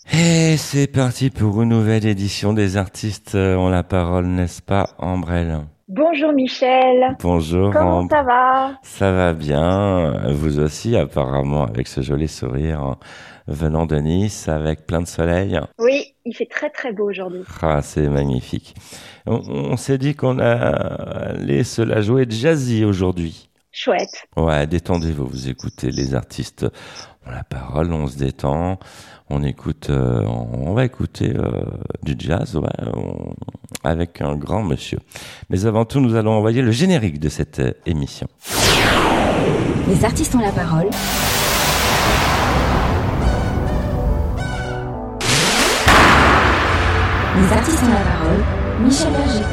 Et c'est parti pour une nouvelle édition des artistes ont la parole, n'est-ce pas, Ambrelle? Bonjour Michel, Bonjour comment ça Ambre, va? ça va bien, vous aussi apparemment avec ce joli sourire venant de Nice avec plein de soleil. Oui, il fait très très beau aujourd'hui. Ah, c'est magnifique. On s'est dit qu'on allait se la jouer jazzy aujourd'hui. Chouette. Ouais, détendez-vous, vous écoutez les artistes ont la parole, on se détend, on écoute, on va écouter du jazz, ouais, avec un grand monsieur. Mais avant tout, nous allons envoyer le générique de cette émission. Les artistes ont la parole. Les artistes ont la parole. Michel Berger.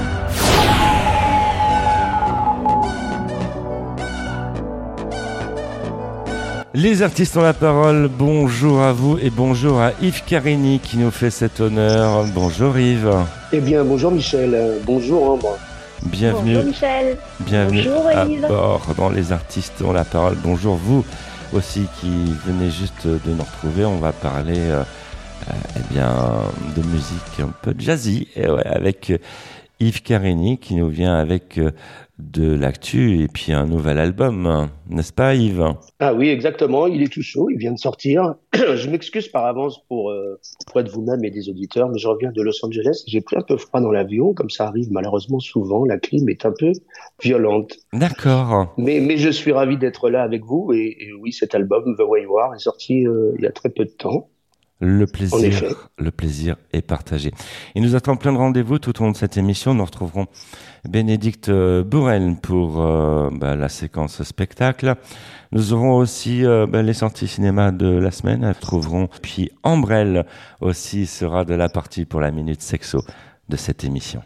Les artistes ont la parole, bonjour à vous et bonjour à Yves Carini qui nous fait cet honneur. Bonjour Yves. Eh bien, bonjour Michel, bonjour Ambre. Bienvenue, Bonjour Michel. bienvenue Bonjour à Yves. bord dans Les artistes ont la parole. Bonjour vous aussi qui venez juste de nous retrouver. On va parler eh bien, de musique un peu jazzy et ouais, avec Yves Carini qui nous vient avec de l'actu et puis un nouvel album, n'est-ce pas Yves? Ah oui, exactement, il est tout chaud, il vient de sortir. Je m'excuse par avance pour être vous-même et des auditeurs, mais je reviens de Los Angeles. J'ai pris un peu froid dans l'avion, comme ça arrive malheureusement souvent, la clim est un peu violente. D'accord. Mais je suis ravi d'être là avec vous, et oui, cet album, The Way You Are, est sorti il y a très peu de temps. Le En effet. plaisir est partagé. Il nous attend plein de rendez-vous tout au long de cette émission. Nous retrouverons Bénédicte Bourrel pour la séquence spectacle. Nous aurons aussi les sorties cinéma de la semaine. Nous retrouverons puis Ambrelle aussi sera de la partie pour la minute sexo de cette émission.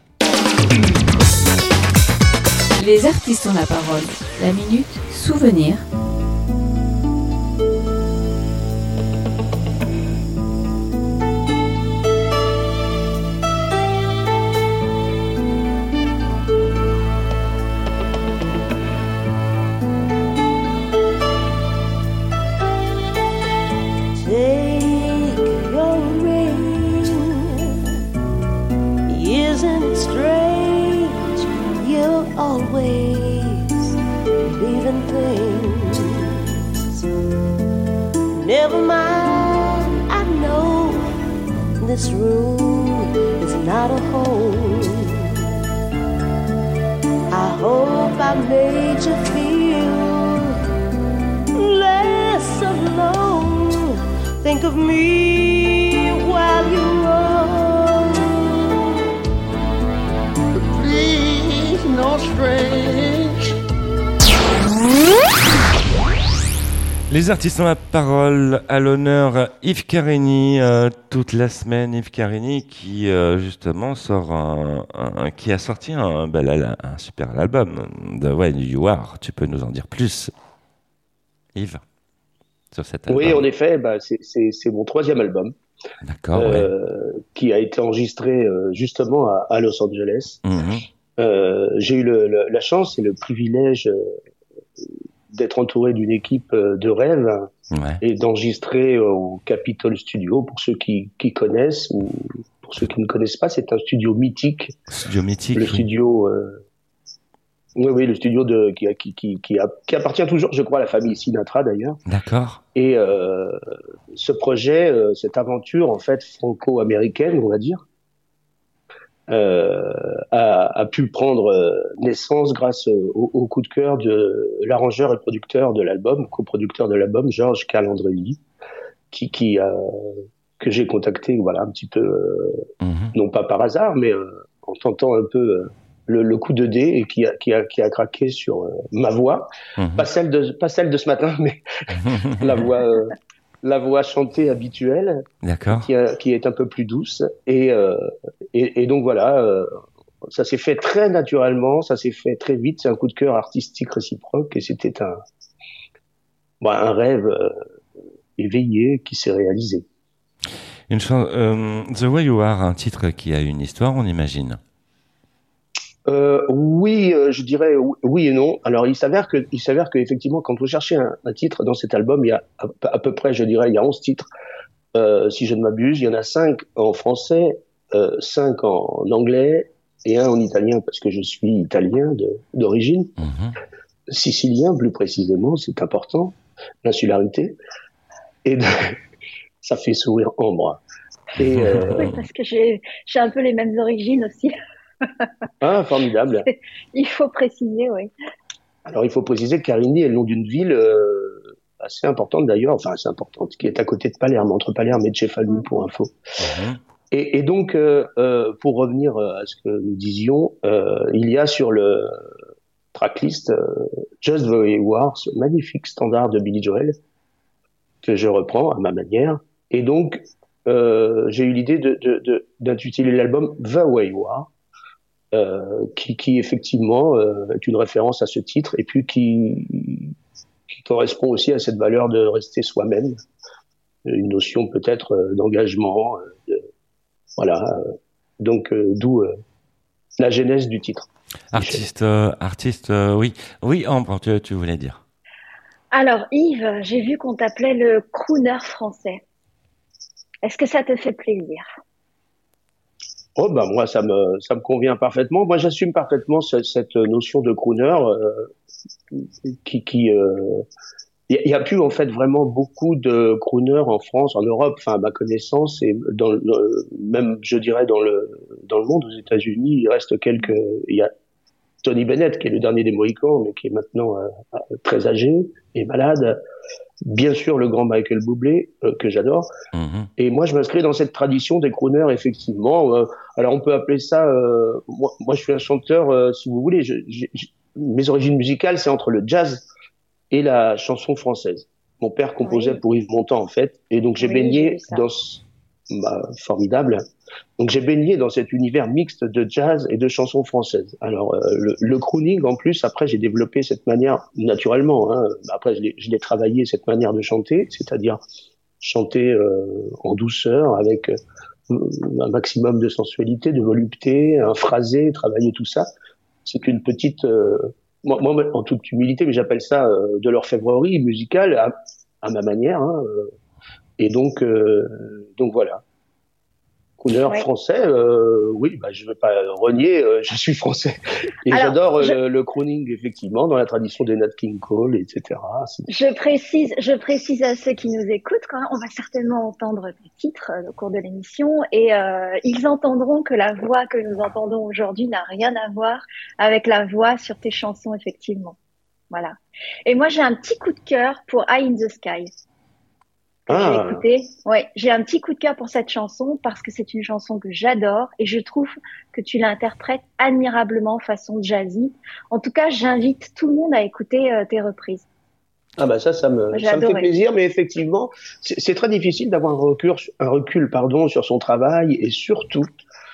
Les artistes ont la parole. La minute souvenir. Isn't it strange? You always believe in things. Never mind, I know this room is not a home. I hope I made you feel less alone. Think of me while you roll. Please, no strange. Les artistes ont la parole, à l'honneur Yves Carini, toute la semaine. Yves Carini qui justement sort qui a sorti un super album, The Way You Are. Tu peux nous en dire plus, Yves, sur cet album? Oui, en effet, c'est mon troisième album. D'accord, ouais. Qui a été enregistré justement à Los Angeles. J'ai eu la chance et le privilège d'être entouré d'une équipe de rêve et d'enregistrer au Capitol Studio. Pour ceux qui connaissent ou pour ceux qui ne connaissent pas, c'est un studio mythique. Studio mythique. Le studio, oui, le studio qui appartient toujours, je crois, à la famille Sinatra d'ailleurs. D'accord. Et ce projet, cette aventure en fait franco-américaine, on va dire, a pu prendre naissance grâce au coup de cœur de l'arrangeur et producteur de l'album, coproducteur de l'album, Georges Calandrelli, que j'ai contacté, voilà, un petit peu, non pas par hasard, mais en tentant un peu le coup de dé et qui a craqué sur ma voix, pas celle de ce matin, mais la voix chantée habituelle, d'accord, qui est un peu plus douce, et donc voilà, ça s'est fait très naturellement, ça s'est fait très vite, c'est un coup de cœur artistique réciproque, et c'était un rêve éveillé qui s'est réalisé. The Way You Are, un titre qui a une histoire, on imagine. Oui, je dirais oui et non. Alors, il s'avère que effectivement, quand vous cherchez un titre dans cet album, il y a à peu près, je dirais, il y a 11 titres. si je ne m'abuse. Il y en a 5 en français, 5 en anglais et 1 en italien, parce que je suis italien d'origine. Sicilien, plus précisément, c'est important, l'insularité. Et ça fait sourire Ambre. Et, Oui, parce que j'ai un peu les mêmes origines aussi. Ah, formidable. Il faut préciser, oui. Alors, il faut préciser que Carini est le nom d'une ville assez importante d'ailleurs, enfin assez importante, qui est à côté de Palerme, entre Palerme et Cefalù, pour info. Et donc, pour revenir à ce que nous disions, il y a sur le tracklist Just the Way You Are, ce magnifique standard de Billy Joel, que je reprends à ma manière. Et donc, j'ai eu l'idée d'intituler l'album The Way You Are, qui effectivement est une référence à ce titre, et puis qui correspond aussi à cette valeur de rester soi-même, une notion peut-être d'engagement, voilà. Donc d'où la genèse du titre. Artiste, oui, Ambre, tu voulais dire. Alors Yves, j'ai vu qu'on t'appelait le crooner français. Est-ce que ça te fait plaisir? Oh ben moi ça me convient parfaitement. Moi j'assume parfaitement cette notion de crooner il y a plus en fait vraiment beaucoup de crooners en France, en Europe, enfin à ma connaissance, et même je dirais dans le monde, aux États-Unis, il reste il y a Tony Bennett qui est le dernier des Mohicans, mais qui est maintenant très âgé et malade. Bien sûr, le grand Michael Bublé, que j'adore. Et moi, je m'inscris dans cette tradition des crooners, effectivement. Alors, on peut appeler ça... moi, je suis un chanteur, si vous voulez. Mes origines musicales, c'est entre le jazz et la chanson française. Mon père composait pour Yves Montand, en fait. Et donc, j'ai baigné dans... formidable. Donc, j'ai baigné dans cet univers mixte de jazz et de chansons françaises. Alors, le crooning, en plus, après, j'ai développé cette manière, naturellement, hein. Après, je l'ai travaillé, cette manière de chanter, c'est-à-dire chanter en douceur, avec un maximum de sensualité, de volupté, un phrasé, travailler tout ça. C'est une petite... moi, en toute humilité, mais j'appelle ça de l'orfèvrerie musicale à ma manière. Hein. Et donc voilà. Couleur français, oui, je vais pas renier, je suis français. Et j'adore le crooning, effectivement, dans la tradition des Nat King Cole, etc. Je précise à ceux qui nous écoutent, quand même, on va certainement entendre des titres au cours de l'émission, et ils entendront que la voix que nous entendons aujourd'hui n'a rien à voir avec la voix sur tes chansons, effectivement. Voilà. Et moi, j'ai un petit coup de cœur pour Eye in the Sky. J'ai écouté. Ouais, j'ai un petit coup de cœur pour cette chanson parce que c'est une chanson que j'adore et je trouve que tu l'interprètes admirablement façon jazzy. En tout cas, j'invite tout le monde à écouter tes reprises. Ah bah ça me fait plaisir, mais effectivement, c'est très difficile d'avoir un recul sur son travail et surtout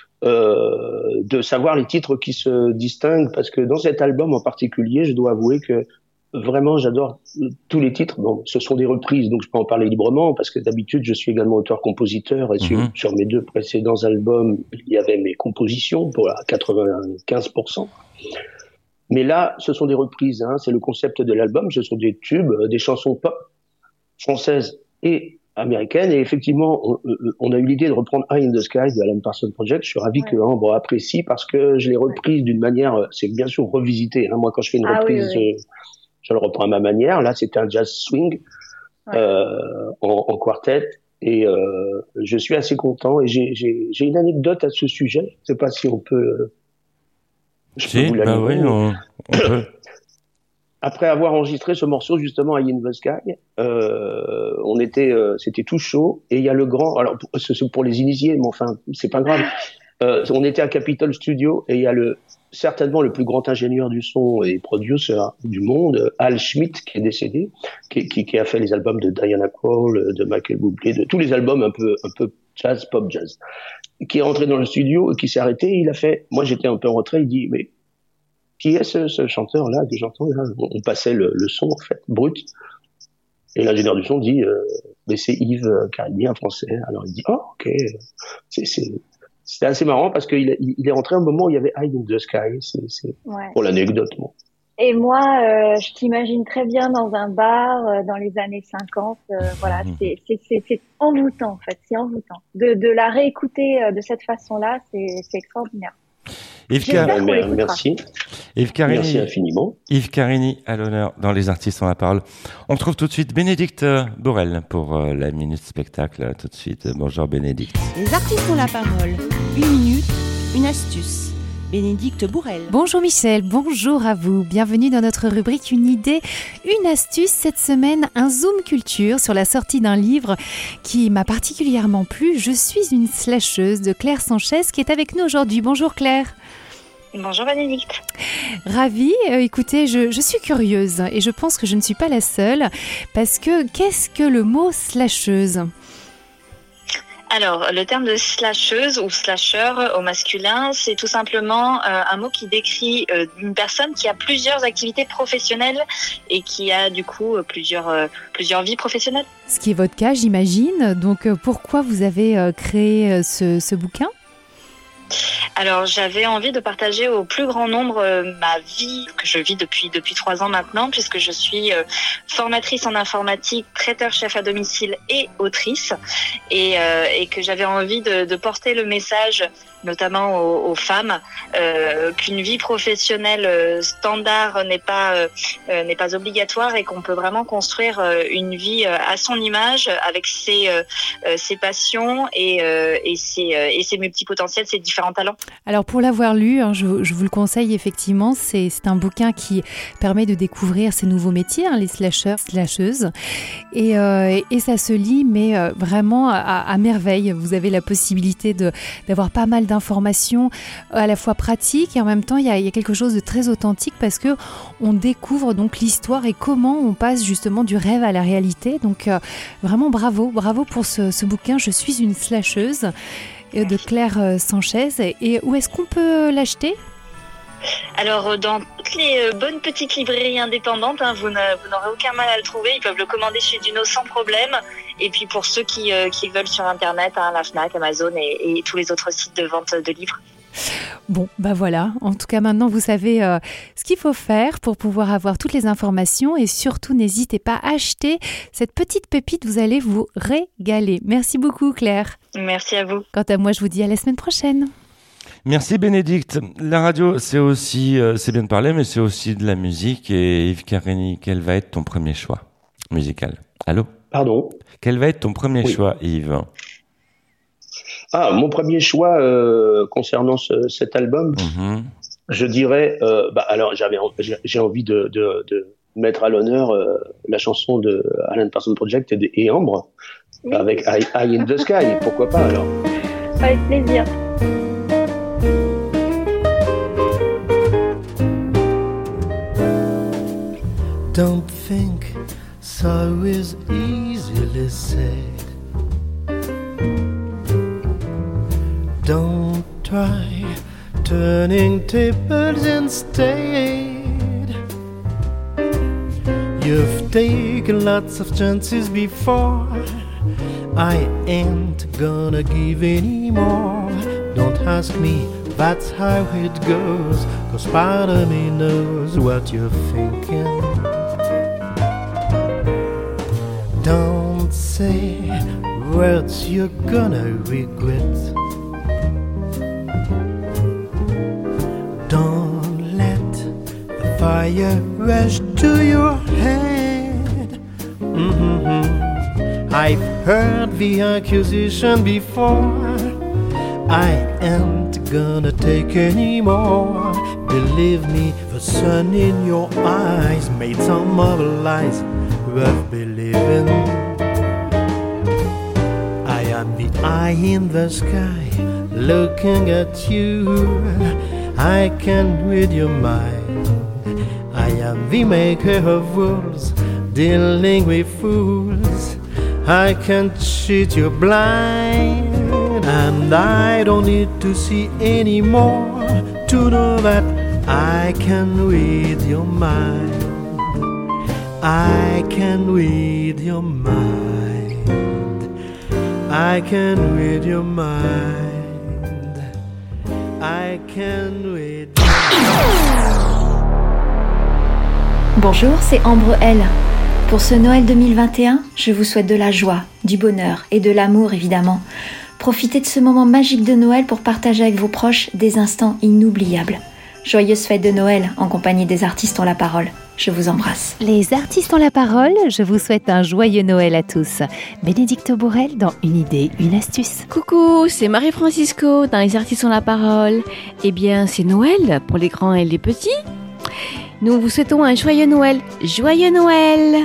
de savoir les titres qui se distinguent, parce que dans cet album en particulier, je dois avouer que vraiment, j'adore tous les titres. Bon, ce sont des reprises, donc je peux en parler librement, parce que d'habitude, je suis également auteur-compositeur, et sur mes 2 précédents albums, il y avait mes compositions pour 95%. Mais là, ce sont des reprises, hein, c'est le concept de l'album, ce sont des tubes, des chansons pop françaises et américaines, et effectivement, on a eu l'idée de reprendre Eye in the Sky de Alan Parsons Project. Je suis ravi que Ambre apprécie, parce que je l'ai reprise d'une manière, c'est bien sûr revisité, hein. Moi, quand je fais une reprise... je le reprends à ma manière. Là, c'était un jazz swing en quartet, et je suis assez content. Et j'ai une anecdote à ce sujet. Je ne sais pas si on peut. Je peux vous la livrer. Oui, on peut. Après avoir enregistré ce morceau justement à Eye in the Sky, c'était tout chaud. Et il y a le grand. Alors, c'est pour les initiés, mais enfin, c'est pas grave. On était à Capitol Studio, et il y a certainement le plus grand ingénieur du son et producer du monde, Al Schmitt, qui est décédé, qui a fait les albums de Diana Krall, de Michael Bublé, de tous les albums un peu jazz, pop jazz, qui est rentré dans le studio et qui s'est arrêté. Il a fait, moi j'étais un peu en retrait, il dit, mais qui est ce chanteur-là que j'entends là? On passait le son, en fait, brut. Et l'ingénieur du son dit, mais c'est Yves Carini, un français. Alors il dit, oh, ok, c'était assez marrant, parce qu'il est rentré un moment où il y avait Eye in the Sky. C'est pour l'anecdote. Bon. Et moi, je t'imagine très bien dans un bar dans les années 50. Voilà, c'est envoûtant en fait, c'est envoûtant. De la réécouter de cette façon-là, c'est extraordinaire. Merci. Merci infiniment. Yves Carini à l'honneur dans Les Artistes ont la parole. On retrouve tout de suite Bénédicte Bourrel pour la Minute Spectacle. Tout de suite, bonjour Bénédicte. Les Artistes ont la parole. 1 minute, une astuce. Bénédicte Bourrel. Bonjour Michel, bonjour à vous. Bienvenue dans notre rubrique Une idée, une astuce. Cette semaine, un zoom culture sur la sortie d'un livre qui m'a particulièrement plu. Je suis une slasheuse de Claire Sanchez qui est avec nous aujourd'hui. Bonjour Claire. Bonjour Bénédicte. Ravie. Écoutez, je suis curieuse et je pense que je ne suis pas la seule parce que qu'est-ce que le mot slasheuse ? Alors, le terme de slasheuse ou slasher au masculin, c'est tout simplement un mot qui décrit une personne qui a plusieurs activités professionnelles et qui a du coup plusieurs vies professionnelles. Ce qui est votre cas, j'imagine. Donc, pourquoi vous avez créé ce bouquin ? Alors, j'avais envie de partager au plus grand nombre ma vie que je vis depuis 3 ans maintenant, puisque je suis formatrice en informatique, traiteur chef à domicile et autrice, et que j'avais envie de porter le message, notamment aux femmes, qu'une vie professionnelle standard n'est pas obligatoire et qu'on peut vraiment construire une vie à son image avec ses passions et ses multipotentiels, ses différents talents. Alors pour l'avoir lu, je vous le conseille effectivement, c'est un bouquin qui permet de découvrir ces nouveaux métiers, les slasheurs, slasheuses, et ça se lit mais vraiment à merveille. Vous avez la possibilité d'avoir pas mal d'informations à la fois pratiques et en même temps il y a quelque chose de très authentique parce que on découvre donc l'histoire et comment on passe justement du rêve à la réalité. Donc vraiment bravo pour ce bouquin. Je suis une slasheuse de Claire Sanchez. Et où est-ce qu'on peut l'acheter ? Alors, dans toutes les bonnes petites librairies indépendantes, vous n'aurez aucun mal à le trouver. Ils peuvent le commander chez Duno sans problème. Et puis, pour ceux qui veulent sur Internet, la Fnac, Amazon et tous les autres sites de vente de livres. Bon, voilà. En tout cas, maintenant, vous savez ce qu'il faut faire pour pouvoir avoir toutes les informations. Et surtout, n'hésitez pas à acheter cette petite pépite. Vous allez vous régaler. Merci beaucoup, Claire. Merci à vous. Quant à moi, je vous dis à la semaine prochaine. Merci Bénédicte. La radio, c'est aussi, c'est bien de parler, mais c'est aussi de la musique. Et Yves Carini, quel va être ton premier choix musical ? Allô ? Pardon ? Quel va être ton premier choix, Yves ? Mon premier choix concernant cet album, je dirais, alors j'ai envie de mettre à l'honneur la chanson de Alan Parsons Project et Ambre, avec Eye in the Sky, pourquoi pas alors ? Avec plaisir. Don't think so is easily said. Don't try turning tables instead. You've taken lots of chances before. I ain't gonna give any more. Don't ask me, that's how it goes. 'Cause part of me knows what you're thinking. Don't say words you're gonna regret. Don't let the fire rush to your head. I've heard the accusation before. I ain't gonna take any more. Believe me, the sun in your eyes made some of the lies worth believing. I am the eye in the sky, looking at you. I can read your mind. I am the maker of rules, dealing with fools. I can cheat you blind, and I don't need to see any more to know that I can read your mind. I can read your mind. I can read your mind. I can read your mind. Bonjour, c'est Ambre L. Pour ce Noël 2021, je vous souhaite de la joie, du bonheur et de l'amour évidemment. Profitez de ce moment magique de Noël pour partager avec vos proches des instants inoubliables. Joyeuse fête de Noël en compagnie des artistes ont la parole. Je vous embrasse. Les artistes ont la parole, je vous souhaite un joyeux Noël à tous. Bénédicte Bourrel dans Une idée, une astuce. Coucou, c'est Marie-Francisco dans Les artistes ont la parole. Eh bien, c'est Noël pour les grands et les petits. Nous vous souhaitons un joyeux Noël. Joyeux Noël!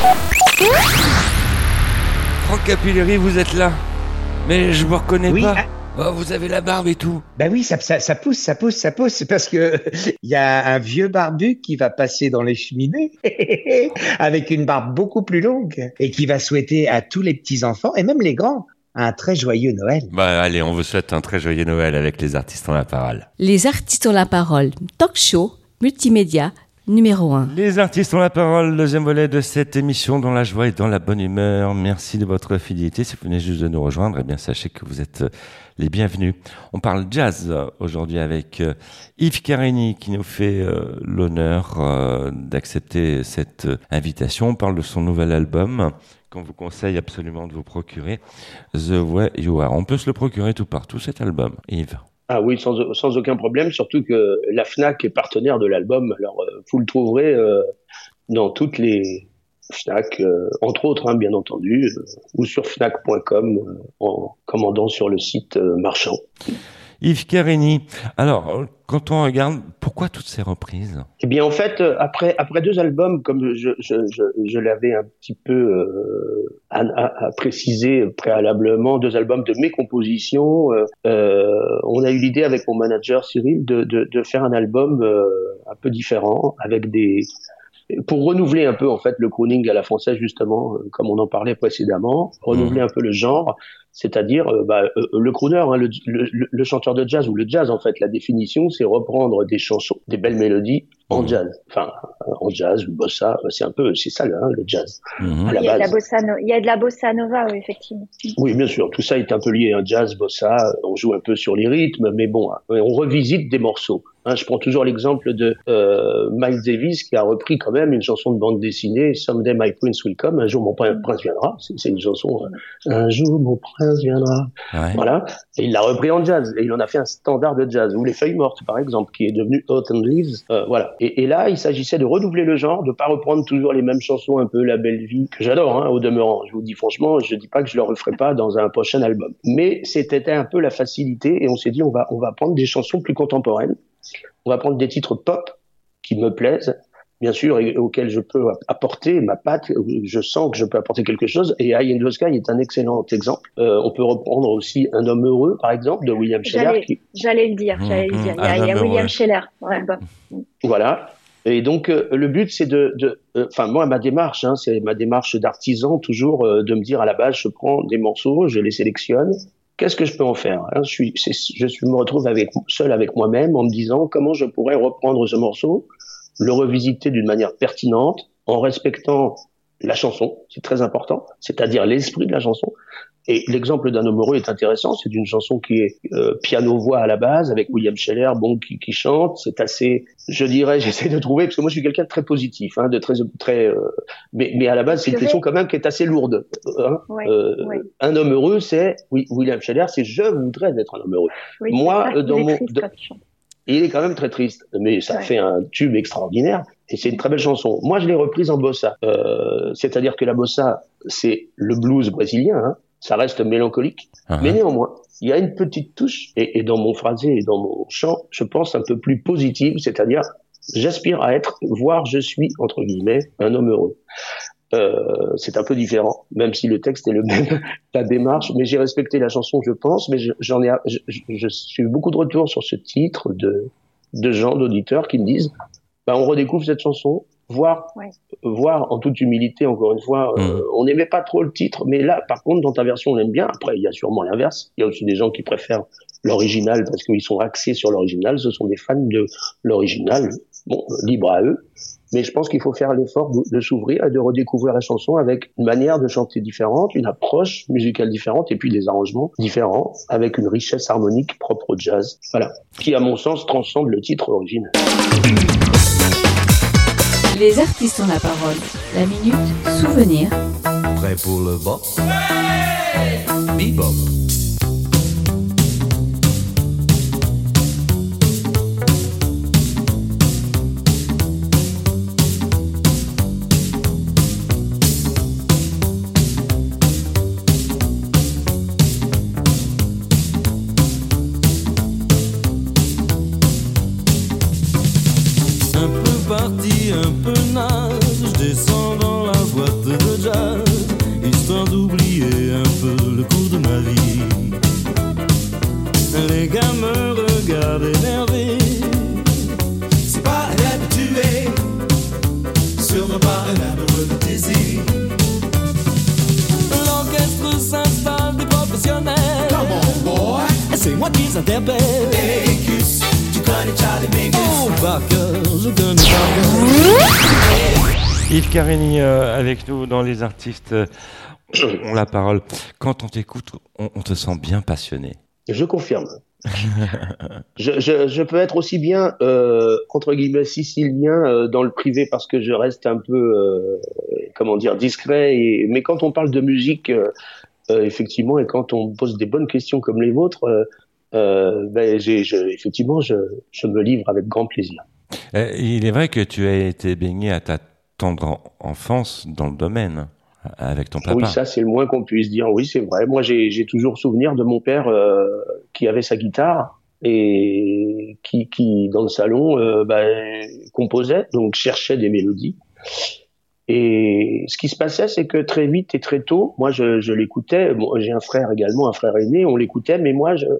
Franck Capilleri, vous êtes là? Mais je vous reconnais pas. Oh, vous avez la barbe et tout. Ben oui, ça pousse. C'est parce que il y a un vieux barbu qui va passer dans les cheminées avec une barbe beaucoup plus longue et qui va souhaiter à tous les petits-enfants et même les grands un très joyeux Noël. Bah allez, on vous souhaite un très joyeux Noël avec les artistes ont la parole. Les artistes ont la parole. Talk show, multimédia, numéro 1. Les artistes ont la parole, deuxième volet de cette émission dans la joie et dans la bonne humeur. Merci de votre fidélité. Si vous venez juste de nous rejoindre, eh bien sachez que vous êtes les bienvenus. On parle jazz aujourd'hui avec Yves Carini qui nous fait l'honneur d'accepter cette invitation. On parle de son nouvel album qu'on vous conseille absolument de vous procurer, The Way You Are. On peut se le procurer tout partout cet album, Yves. Ah oui, sans aucun problème, surtout que la FNAC est partenaire de l'album. Alors, vous le trouverez dans toutes les FNAC, entre autres, bien entendu, ou sur fnac.com en commandant sur le site marchand. Yves Carini, alors, quand on regarde, pourquoi toutes ces reprises? Eh bien, en fait, après 2 albums, comme je l'avais un petit peu à préciser préalablement, 2 albums de mes compositions, on a eu l'idée avec mon manager Cyril de faire un album un peu différent, avec pour renouveler un peu en fait le crooning à la française justement, comme on en parlait précédemment, renouveler un peu le genre, c'est-à-dire le crooner, le chanteur de jazz ou le jazz en fait, la définition c'est reprendre des chansons, des belles mélodies en jazz, enfin en jazz ou bossa, c'est ça le jazz. À la base. Il y a de la bossa nova, oui, effectivement. Oui, bien sûr, tout ça est un peu lié, jazz, bossa, on joue un peu sur les rythmes, mais bon, on revisite des morceaux. Je prends toujours l'exemple de Miles Davis qui a repris quand même une chanson de bande dessinée, Someday My Prince Will Come, un jour mon prince viendra, c'est une chanson, un jour mon prince viendra, voilà, et il l'a repris en jazz, et il en a fait un standard de jazz, ou Les Feuilles Mortes par exemple, qui est devenu Autumn Leaves, voilà, et là il s'agissait de renouveler le genre, de pas reprendre toujours les mêmes chansons, un peu La Belle Vie, que j'adore, au demeurant, je vous dis franchement, je dis pas que je le referai pas dans un prochain album, mais c'était un peu la facilité, et on s'est dit on va prendre des chansons plus contemporaines. On va prendre des titres pop qui me plaisent, bien sûr, et auxquels je peux apporter ma patte, je sens que je peux apporter quelque chose, et Eye in the Sky est un excellent exemple. On peut reprendre aussi Un homme heureux, par exemple, de William Sheller. J'allais le dire. Il y a William Sheller. Voilà. Et donc, le but, c'est moi, ma démarche, c'est ma démarche d'artisan, toujours, de me dire, à la base, je prends des morceaux, je les sélectionne, qu'est-ce que je peux en faire? Je me retrouve seul avec moi-même en me disant comment je pourrais reprendre ce morceau, le revisiter d'une manière pertinente, en respectant la chanson, c'est très important, c'est-à-dire l'esprit de la chanson. Et l'exemple d'Un homme heureux est intéressant, c'est une chanson qui est piano-voix à la base, avec William Sheller, qui chante, c'est assez, je dirais, j'essaie de trouver, parce que moi je suis quelqu'un de très positif, de très, mais à la base c'est une question quand même qui est assez lourde. Un homme heureux, c'est, William Sheller, c'est je voudrais être un homme heureux. Oui, moi, il est quand même très triste, mais ça fait un tube extraordinaire, et c'est une très belle chanson. Moi je l'ai reprise en bossa, c'est-à-dire que la bossa, c'est le blues brésilien, ça reste mélancolique, mais néanmoins, il y a une petite touche, et dans mon phrasé et dans mon chant, je pense un peu plus positive, c'est-à-dire, j'aspire à être, voire je suis, entre guillemets, un homme heureux. C'est un peu différent, même si le texte est le même, la démarche, mais j'ai respecté la chanson, je pense, mais je suis beaucoup de retours sur ce titre de gens, d'auditeurs qui me disent, on redécouvre cette chanson, voir en toute humilité, encore une fois, on n'aimait pas trop le titre, mais là, par contre, dans ta version, on l'aime bien. Après, il y a sûrement l'inverse. Il y a aussi des gens qui préfèrent l'original parce qu'ils sont axés sur l'original. Ce sont des fans de l'original. Bon, libre à eux. Mais je pense qu'il faut faire l'effort de s'ouvrir et de redécouvrir la chanson avec une manière de chanter différente, une approche musicale différente et puis des arrangements différents avec une richesse harmonique propre au jazz. Voilà. Qui, à mon sens, transcende le titre original. Les artistes ont la parole. La minute souvenir. Prêt pour le bop? Bebop. Un peu parti, un peu naze, je descends dans la boîte de jazz, histoire d'oublier un peu le cours de ma vie. Les gars me regardent énervés, c'est pas un habitué, sûrement pas un amoureux de désir. L'orchestre s'installe des professionnels, come on boy, et c'est moi qui s'interpelle. Hey, Gus, tu connais Charlie Mingus? Oh, par cœur, je connais par cœur. Yves Carini avec nous dans Les Artistes ont la parole. Quand on t'écoute, on te sent bien passionné. Je confirme. je peux être aussi bien, entre guillemets, sicilien dans le privé parce que je reste un peu, discret. Mais quand on parle de musique, effectivement, et quand on me pose des bonnes questions comme les vôtres, effectivement, je me livre avec grand plaisir. Il est vrai que tu as été baigné à ta tendre enfance dans le domaine avec ton papa. Oui, ça c'est le moins qu'on puisse dire. Oui, c'est vrai. Moi, j'ai toujours souvenir de mon père qui avait sa guitare et qui dans le salon composait, donc cherchait des mélodies. Et ce qui se passait, c'est que très vite et très tôt, moi je l'écoutais. Bon, j'ai un frère également, un frère aîné, on l'écoutait, mais moi, je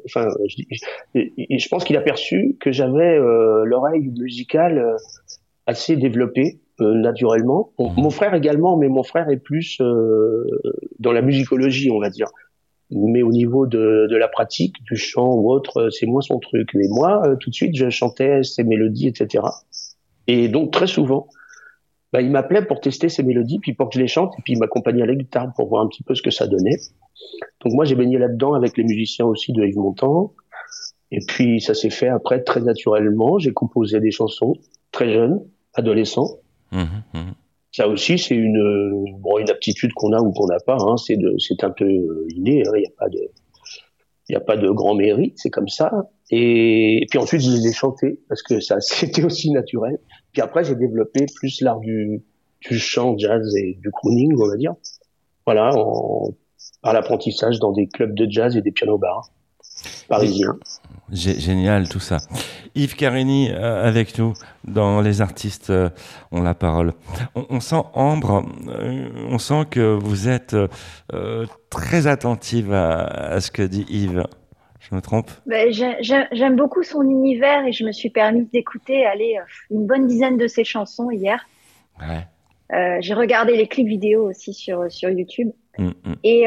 pense qu'il a perçu que j'avais l'oreille musicale assez développée naturellement. Mon frère également, mais mon frère est plus dans la musicologie, on va dire. Mais au niveau de la pratique, du chant ou autre, c'est moins son truc. Mais moi, tout de suite, je chantais ces mélodies, etc. Et donc très souvent, il m'appelait pour tester ces mélodies, puis pour que je les chante, et puis il m'accompagnait à la guitare pour voir un petit peu ce que ça donnait. Donc moi, j'ai baigné là-dedans avec les musiciens aussi de Yves Montand. Et puis ça s'est fait après très naturellement. J'ai composé des chansons très jeune, adolescent. Ça aussi, c'est une aptitude qu'on a ou qu'on n'a pas. Hein. C'est un peu inné. Il n'y a pas de grand mérite. C'est comme ça. Et puis ensuite, je les ai chantés parce que ça, c'était aussi naturel. Puis après, j'ai développé plus l'art du chant jazz et du crooning, on va dire. Voilà, par l'apprentissage dans des clubs de jazz et des pianos-bars parisiens. Génial tout ça. Yves Carini avec nous dans Les Artistes ont la parole. On sent Ambre, on sent que vous êtes très attentive à ce que dit Yves. Je me trompe? J'aime beaucoup son univers et je me suis permise d'écouter une bonne dizaine de ses chansons hier. Ouais. J'ai regardé les clips vidéo aussi sur YouTube. Et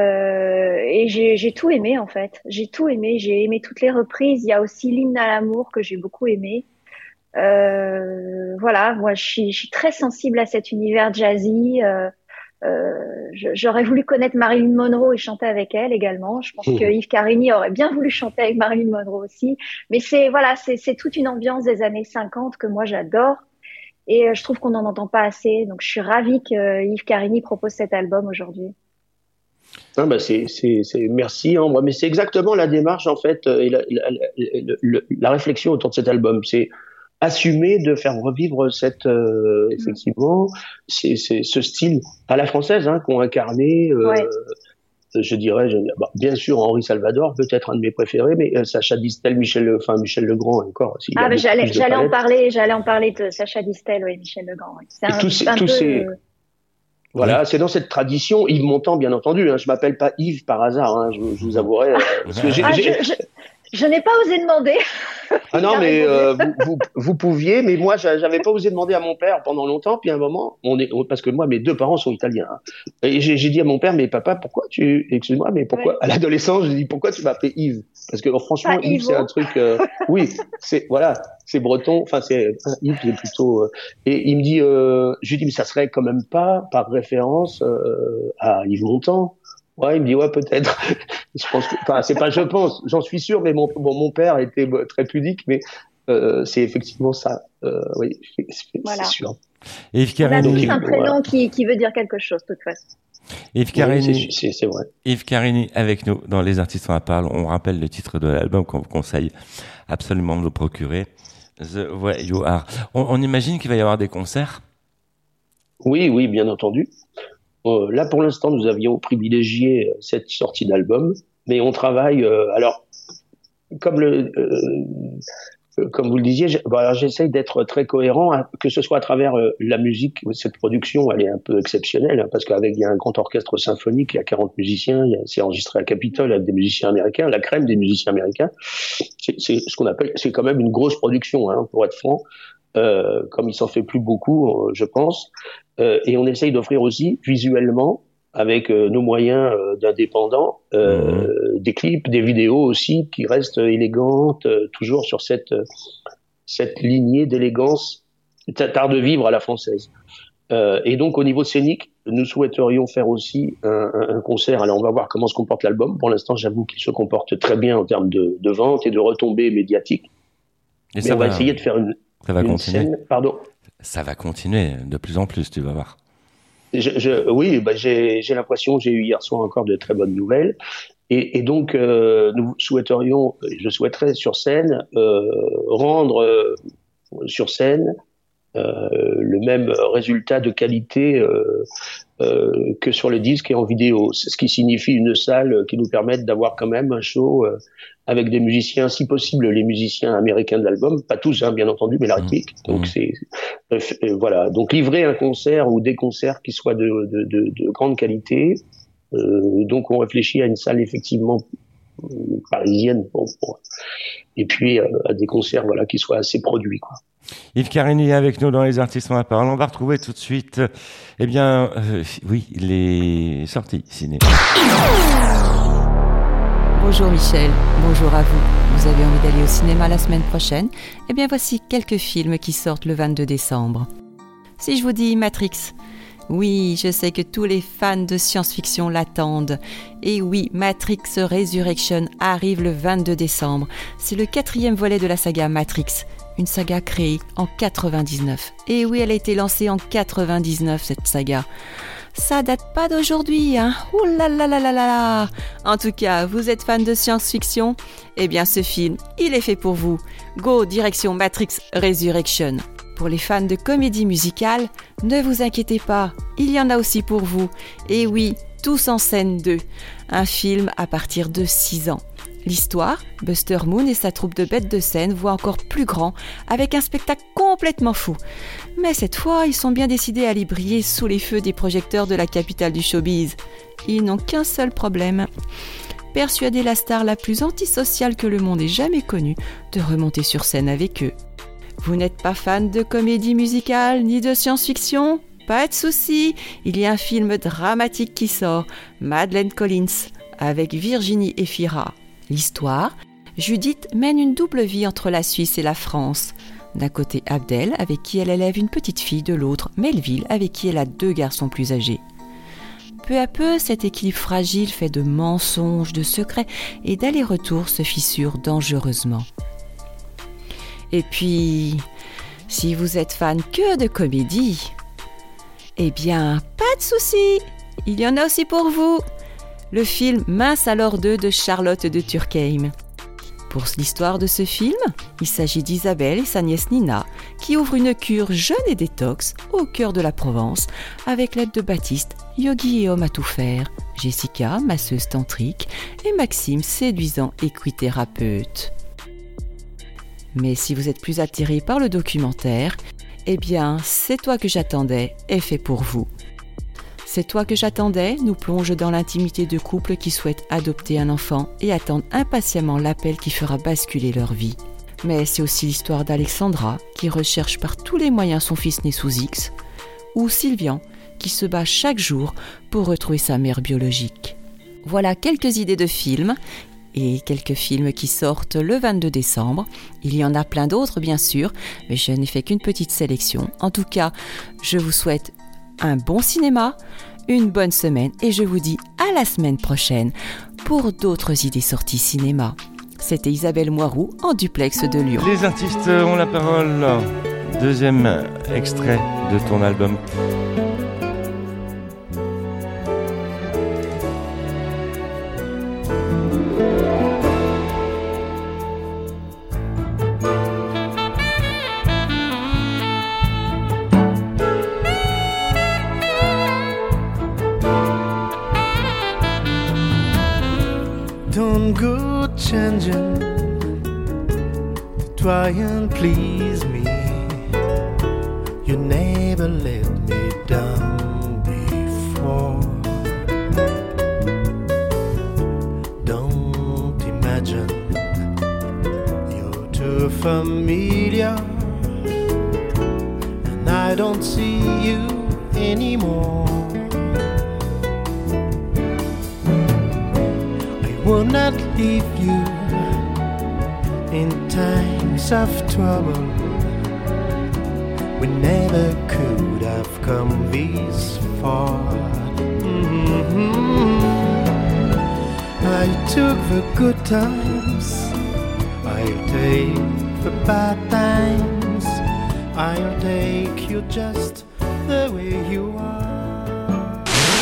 j'ai tout aimé en fait. J'ai tout aimé. J'ai aimé toutes les reprises. Il y a aussi l'hymne à l'amour que j'ai beaucoup aimé. Voilà, moi je suis très sensible à cet univers jazzy. J'aurais voulu connaître Marilyn Monroe et chanter avec elle également. Je pense que Yves Carini aurait bien voulu chanter avec Marilyn Monroe aussi. Mais c'est toute une ambiance des années 50 que moi j'adore. Et je trouve qu'on n'en entend pas assez. Donc je suis ravie que Yves Carini propose cet album aujourd'hui. Merci Ambre. Mais c'est exactement la démarche en fait et la réflexion autour de cet album. C'est assumer de faire revivre effectivement ce style à la française qu'ont incarné je dirais bien sûr Henri Salvador, peut-être un de mes préférés, mais Sacha Distel, Michel Legrand encore. J'allais en parler de Sacha Distel, Michel Legrand. Oui. Voilà, c'est dans cette tradition. Yves Montand, bien entendu. Je m'appelle pas Yves par hasard. Je vous avouerai. Parce que je n'ai pas osé demander. Ah non, mais vous pouviez, mais moi, j'avais pas osé demander à mon père pendant longtemps. Puis à un moment, parce que moi, mes deux parents sont italiens. Et j'ai dit à mon père, mais papa, excuse-moi, mais pourquoi, à l'adolescence, je dis, pourquoi tu m'appelles Yves? Parce que franchement, Yves, c'est un truc, oui, c'est breton. Enfin, Yves, c'est plutôt, et il me dit, je lui dis, mais ça serait quand même pas par référence, à Yves Montand. Ouais, il me dit peut-être. Je pense j'en suis sûr, mais mon père était très pudique, mais c'est effectivement ça. Oui, c'est sûr. Yves On a Carini. tous un prénom qui veut dire quelque chose, de toute façon. Yves Carini, oui, c'est vrai. Yves Carini avec nous dans Les Artistes en parle. On rappelle le titre de l'album qu'on vous conseille absolument de le procurer. The Way You Are. On imagine qu'il va y avoir des concerts. Oui, bien entendu. Là, pour l'instant, nous avions privilégié cette sortie d'album, mais on travaille. Alors, comme vous le disiez, j'essaye d'être très cohérent, que ce soit à travers la musique. Cette production, elle est un peu exceptionnelle, parce il y a un grand orchestre symphonique, il y a 40 musiciens, c'est enregistré à Capitole avec des musiciens américains, la crème des musiciens américains. C'est ce qu'on appelle, c'est quand même une grosse production, pour être franc. Comme il s'en fait plus beaucoup, je pense. Et on essaye d'offrir aussi visuellement, avec nos moyens d'indépendants, des clips, des vidéos aussi qui restent élégantes, toujours sur cette lignée d'élégance, art de vivre à la française. Et donc au niveau scénique, nous souhaiterions faire aussi un concert. Alors on va voir comment se comporte l'album. Pour l'instant, j'avoue qu'il se comporte très bien en termes de vente et de retombées médiatiques. Et mais on va essayer de faire une continuer. Scène. Pardon. Ça va continuer de plus en plus, tu vas voir. Oui, j'ai l'impression, j'ai eu hier soir encore de très bonnes nouvelles. Et donc, je souhaiterais sur scène rendre sur scène le même résultat de qualité que sur les disques et en vidéo. C'est ce qui signifie une salle qui nous permette d'avoir quand même un show avec des musiciens, si possible les musiciens américains de l'album, pas tous bien entendu, mais la rythmique. Donc voilà. Donc livrer un concert ou des concerts qui soient de grande qualité. Donc on réfléchit à une salle effectivement parisienne et puis à des concerts qui soient assez produits, quoi. Yves Carini est avec nous dans Les Artistes en parle. On va retrouver tout de suite, les sorties ciné. Bonjour Michel, bonjour à vous. Vous avez envie d'aller au cinéma la semaine prochaine ? Eh bien voici quelques films qui sortent le 22 décembre. Si je vous dis Matrix, oui, je sais que tous les fans de science-fiction l'attendent. Et oui, Matrix Resurrection arrive le 22 décembre. C'est le 4e volet de la saga Matrix. Une saga créée en 99. Et oui, elle a été lancée en 99, cette saga. Ça date pas d'aujourd'hui, hein. Ouh là là là là là. En tout cas, vous êtes fan de science-fiction ? Eh bien, ce film, il est fait pour vous. Go, direction Matrix Resurrection. Pour les fans de comédie musicale, ne vous inquiétez pas, il y en a aussi pour vous. Et oui, Tous en scène 2, un film à partir de 6 ans. L'histoire, Buster Moon et sa troupe de bêtes de scène voient encore plus grand, avec un spectacle complètement fou. Mais cette fois, ils sont bien décidés à aller briller sous les feux des projecteurs de la capitale du showbiz. Ils n'ont qu'un seul problème. Persuader la star la plus antisociale que le monde ait jamais connue de remonter sur scène avec eux. Vous n'êtes pas fan de comédie musicale ni de science-fiction ? Pas de souci, il y a un film dramatique qui sort, Madeleine Collins, avec Virginie Efira. L'histoire, Judith mène une double vie entre la Suisse et la France. D'un côté Abdel, avec qui elle élève une petite fille, de l'autre Melville, avec qui elle a 2 garçons plus âgés. Peu à peu, cet équilibre fragile fait de mensonges, de secrets et d'allers-retours se fissure dangereusement. Et puis, si vous êtes fan que de comédie, eh bien, pas de souci, il y en a aussi pour vous. Le film Mince alors 2 de Charlotte de Turckheim. Pour l'histoire de ce film, il s'agit d'Isabelle et sa nièce Nina qui ouvrent une cure jeûne et détox au cœur de la Provence avec l'aide de Baptiste, yogi et homme à tout faire, Jessica, masseuse tantrique et Maxime, séduisant équithérapeute. Mais si vous êtes plus attiré par le documentaire, eh bien, C'est toi que j'attendais est fait pour vous. C'est toi que j'attendais nous plonge dans l'intimité de couples qui souhaitent adopter un enfant et attendent impatiemment l'appel qui fera basculer leur vie. Mais c'est aussi l'histoire d'Alexandra qui recherche par tous les moyens son fils né sous X, ou Sylvian qui se bat chaque jour pour retrouver sa mère biologique. Voilà quelques idées de films et quelques films qui sortent le 22 décembre. Il y en a plein d'autres bien sûr, mais je n'ai fait qu'une petite sélection. En tout cas, je vous souhaite un bon cinéma, une bonne semaine et je vous dis à la semaine prochaine pour d'autres idées sorties cinéma. C'était Isabelle Moiroux en duplex de Lyon. Les artistes ont la parole. Deuxième extrait de ton album. Don't go changing to try and please me. You never let me down before. Don't imagine you're too familiar and I don't see you anymore. Will not leave you in times of trouble. We never could have come this far. I took the good times, I'll take the bad times, I'll take you just the way you are.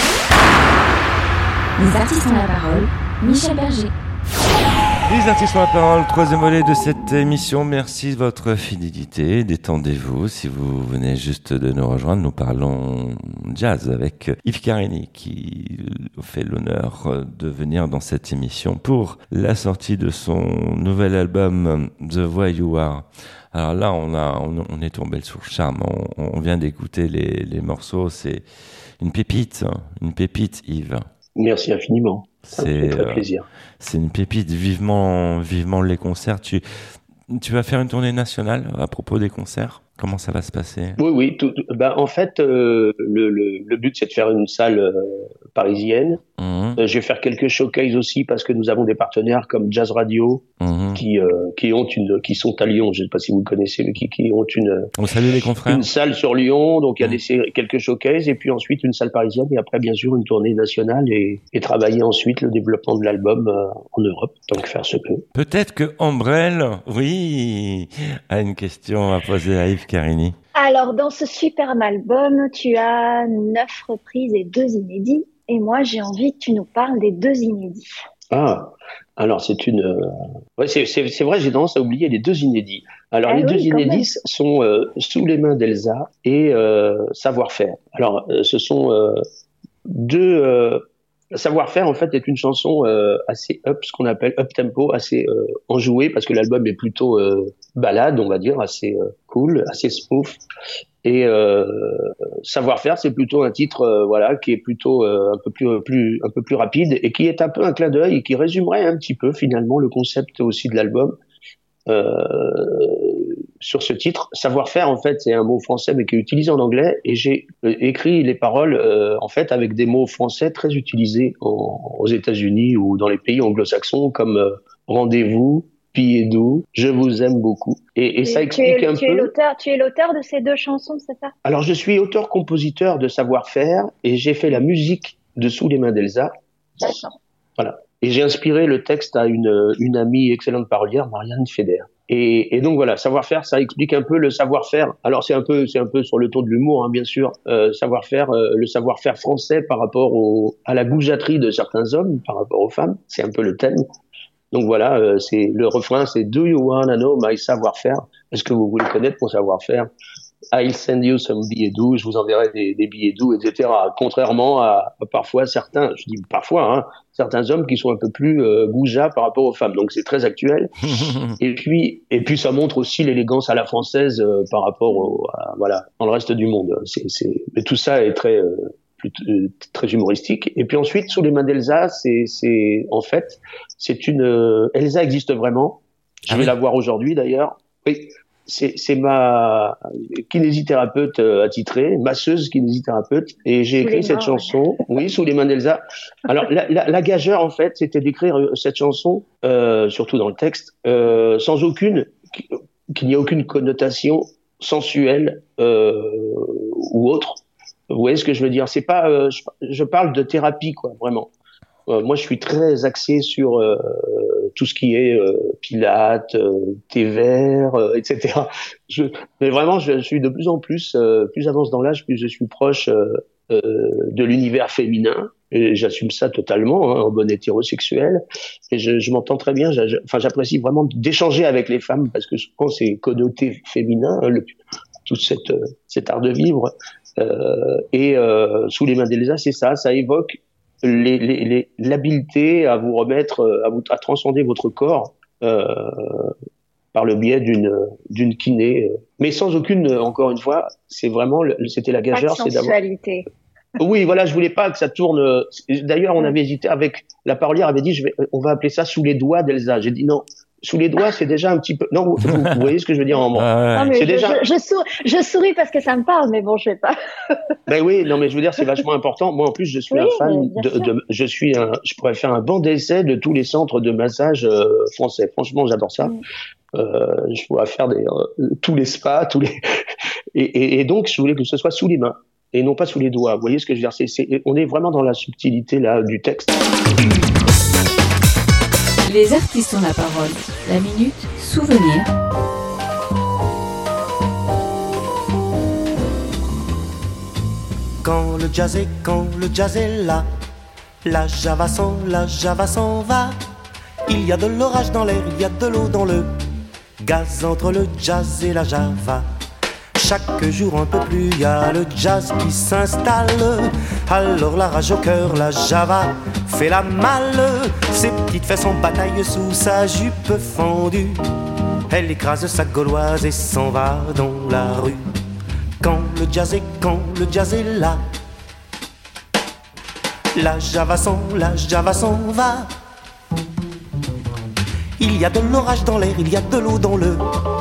Les artistes ont la parole. Michel Berger. Les artistes ont la parole, troisième volet de cette émission. Merci de votre fidélité. Détendez-vous. Si vous venez juste de nous rejoindre, nous parlons jazz avec Yves Carini qui fait l'honneur de venir dans cette émission pour la sortie de son nouvel album The Way You Are. Alors là, on est tombé sous le charme. On vient d'écouter les morceaux. C'est une pépite, Yves. Merci infiniment. Ça me fait très plaisir. C'est une pépite. Vivement les concerts. Tu vas faire une tournée nationale à propos des concerts. Comment ça va se passer ? Oui. En fait, le but, c'est de faire une salle parisienne. Je vais faire quelques showcases aussi parce que nous avons des partenaires comme Jazz Radio qui sont à Lyon. Je ne sais pas si vous le connaissez, mais qui ont On salue les confrères. Une salle sur Lyon. Donc, il y a quelques showcases et puis ensuite une salle parisienne et après, bien sûr, une tournée nationale et travailler ensuite le développement de l'album en Europe. Donc, faire ce que. Peut-être que Ombrelle, oui, a une question à poser à Yves Carini. Alors, dans ce superbe album, tu as 9 reprises et 2 inédits. Et moi, j'ai envie que tu nous parles des 2 inédits. Ah, alors c'est une... Ouais, c'est vrai, j'ai tendance à oublier les 2 inédits. Alors, les 2 inédits sont Sous les mains d'Elsa et Savoir-faire. Alors, ce sont 2... Savoir-faire, en fait, est une chanson assez ce qu'on appelle up-tempo, assez enjouée, parce que l'album est plutôt ballade, on va dire, assez cool, assez smooth. Et Savoir-faire, c'est plutôt un titre, qui est plutôt un peu plus rapide et qui est un peu un clin d'œil et qui résumerait un petit peu finalement le concept aussi de l'album. Sur ce titre, savoir-faire, en fait, c'est un mot français mais qui est utilisé en anglais et j'ai écrit les paroles en fait avec des mots français très utilisés aux États-Unis ou dans les pays anglo-saxons comme rendez-vous, pied doux, je vous aime beaucoup. Et ça explique un peu. Tu es l'auteur de ces 2 chansons, c'est ça ? Alors, je suis auteur-compositeur de Savoir-faire et j'ai fait la musique de Sous les mains d'Elsa. D'accord. Voilà. Et j'ai inspiré le texte à une amie excellente parolière, Marianne Feder. Et donc voilà, savoir-faire, ça explique un peu le savoir-faire. Alors c'est un peu sur le ton de l'humour, hein, bien sûr. Savoir-faire, le savoir-faire français par rapport à la goujaterie de certains hommes par rapport aux femmes. C'est un peu le thème. Donc voilà, c'est le refrain, c'est Do you wanna know my savoir-faire ? Est-ce que vous voulez connaître mon savoir-faire ? I'll send you some billets doux, je vous enverrai des billets doux, etc. Contrairement à parfois certains, je dis parfois, hein, certains hommes qui sont un peu plus goujats par rapport aux femmes. Donc c'est très actuel. Et puis ça montre aussi l'élégance à la française par rapport dans le reste du monde. Mais tout ça est très humoristique. Et puis ensuite, Sous les mains d'Elsa, en fait, Elsa existe vraiment. Je vais la voir aujourd'hui d'ailleurs. Oui. C'est ma kinésithérapeute attitrée, masseuse kinésithérapeute, et j'ai écrit cette chanson, oui, Sous les mains d'Elsa. Alors, la gageure, en fait, c'était d'écrire cette chanson, surtout dans le texte, sans qu'il n'y ait aucune connotation sensuelle ou autre. Vous voyez ce que je veux dire ? C'est pas, je parle de thérapie, quoi, vraiment. Moi, je suis très axé sur tout ce qui est pilates, thé vert, etc. Mais vraiment, je suis de plus en plus, plus j'avance dans l'âge, plus je suis proche de l'univers féminin. Et j'assume ça totalement, en bon hétérosexuel. Et je m'entends très bien. J'apprécie vraiment d'échanger avec les femmes parce que souvent c'est connoté féminin, tout cet art de vivre. Sous les mains d'Elsa, c'est ça. Ça évoque l'habileté à vous remettre, à transcender votre corps par le biais d'une kiné, mais sans aucune, encore une fois, c'est vraiment, c'était la gageure, c'est d'avoir. Sensualité. Oui, voilà, je voulais pas que ça tourne. D'ailleurs, on avait hésité avec la parolière, avait dit, on va appeler ça sous les doigts d'Elsa. J'ai dit non. Sous les doigts, c'est déjà un petit peu. Non, vous voyez ce que je veux dire en moi. Non, mais je souris parce que ça me parle, mais bon, je vais pas. Ben oui, non, mais je veux dire, c'est vachement important. Moi, en plus, je suis un fan je pourrais faire un banc d'essai de tous les centres de massage français. Franchement, j'adore ça. Je pourrais faire tous les spas, et donc, je voulais que ce soit sous les mains et non pas sous les doigts. Vous voyez ce que je veux dire? On est vraiment dans la subtilité là du texte. Les artistes ont la parole. La minute souvenir. Quand le jazz est là, la java s'en va. Il y a de l'orage dans l'air, il y a de l'eau dans le gaz entre le jazz et la java. Chaque jour un peu plus, il y a le jazz qui s'installe. Alors la rage au cœur, la java fait la malle. Ses petites fesses en bataille sous sa jupe fendue. Elle écrase sa gauloise et s'en va dans la rue. Quand le jazz est là, la java s'en va. Il y a de l'orage dans l'air, il y a de l'eau dans le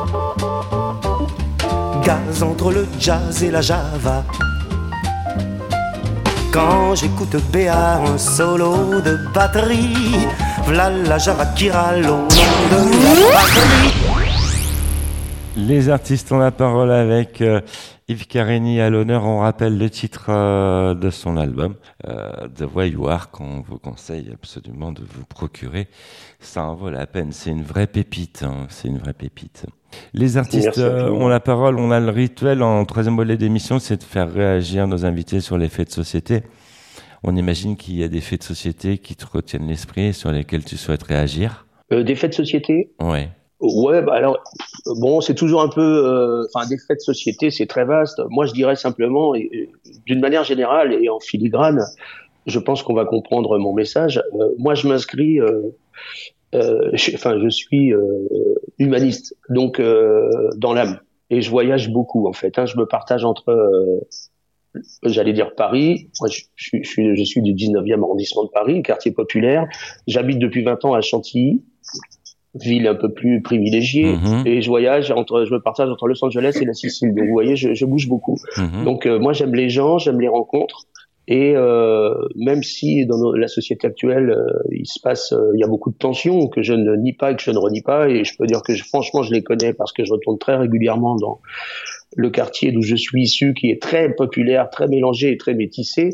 gaz entre le jazz et la java. Quand j'écoute Béa, un solo de batterie, v'là la java qui râle au nom de la batterie. Les artistes ont la parole avec Yves Carini à l'honneur. On rappelle le titre de son album, The Way You Are, qu'on vous conseille absolument de vous procurer. Ça en vaut la peine. C'est une vraie pépite. C'est une vraie pépite. Les artistes ont la parole. On a le rituel en troisième volet d'émission, c'est de faire réagir nos invités sur les faits de société. On imagine qu'il y a des faits de société qui te retiennent l'esprit et sur lesquels tu souhaites réagir. Des faits de société ? Ouais. Ouais, bah alors, bon, c'est toujours un peu, des faits de société, c'est très vaste. Moi, je dirais simplement, d'une manière générale et en filigrane, je pense qu'on va comprendre mon message. Moi, je m'inscris, je suis humaniste, donc dans l'âme, et je voyage beaucoup en fait. Je me partage entre, j'allais dire Paris. Moi, je suis du 19e arrondissement de Paris, quartier populaire. J'habite depuis 20 ans à Chantilly, ville un peu plus privilégiée, et je me partage entre Los Angeles et la Sicile. Donc vous voyez, je bouge beaucoup. Donc moi j'aime les gens, j'aime les rencontres, et même si dans la société actuelle il y a beaucoup de tensions que je ne nie pas et que je ne renie pas, et je peux dire que franchement je les connais parce que je retourne très régulièrement dans le quartier d'où je suis issu, qui est très populaire, très mélangé et très métissé.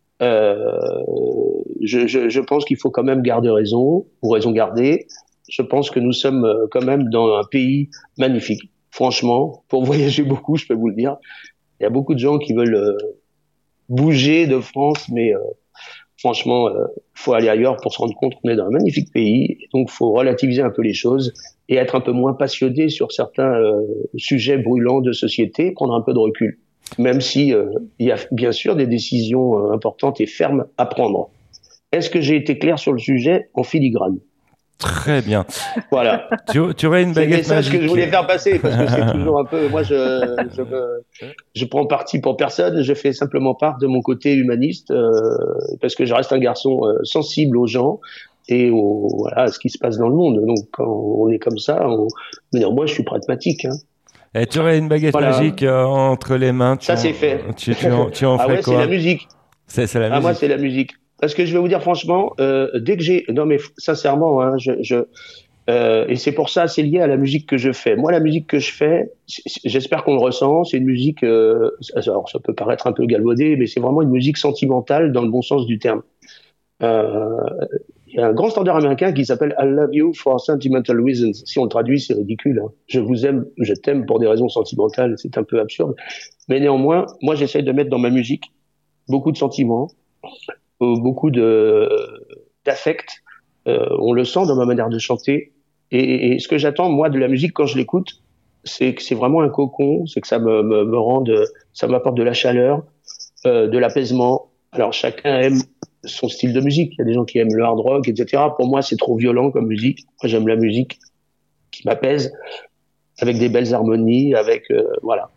Je pense qu'il faut quand même garder raison, ou raison garder. Je pense que nous sommes quand même dans un pays magnifique. Franchement, pour voyager beaucoup, je peux vous le dire. Il y a beaucoup de gens qui veulent bouger de France, mais franchement, faut aller ailleurs pour se rendre compte qu'on est dans un magnifique pays. Et donc, faut relativiser un peu les choses et être un peu moins passionné sur certains sujets brûlants de société, prendre un peu de recul. Même si il y a bien sûr des décisions importantes et fermes à prendre. Est-ce que j'ai été clair sur le sujet en filigrane ? Très bien. Voilà. Tu aurais une baguette magique. C'est ce que je voulais faire passer, parce que c'est toujours un peu, moi je prends parti pour personne, je fais simplement part de mon côté humaniste, parce que je reste un garçon sensible aux gens et à ce qui se passe dans le monde. Donc quand on est comme ça, moi je suis pragmatique. Et tu aurais une baguette magique entre les mains. Ça c'est fait. Tu en ferais quoi ? C'est la musique. C'est la musique. Moi c'est la musique. Parce que je vais vous dire franchement, dès que non mais sincèrement, et c'est pour ça, c'est lié à la musique que je fais. Moi, la musique que je fais, j'espère qu'on le ressent. C'est une musique, alors ça peut paraître un peu galvaudé, mais c'est vraiment une musique sentimentale dans le bon sens du terme. Il y a un grand standard américain qui s'appelle I Love You for Sentimental Reasons. Si on le traduit, c'est ridicule. Hein. Je vous aime, je t'aime pour des raisons sentimentales. C'est un peu absurde. Mais néanmoins, moi, j'essaye de mettre dans ma musique beaucoup de sentiments, beaucoup d'affect. On le sent dans ma manière de chanter. Et ce que j'attends, moi, de la musique quand je l'écoute, c'est que c'est vraiment un cocon, c'est que ça me rende, ça m'apporte de la chaleur, de l'apaisement. Alors, chacun aime son style de musique. Il y a des gens qui aiment le hard rock, etc. Pour moi, c'est trop violent comme musique. Moi, j'aime la musique qui m'apaise, avec des belles harmonies, avec, voilà,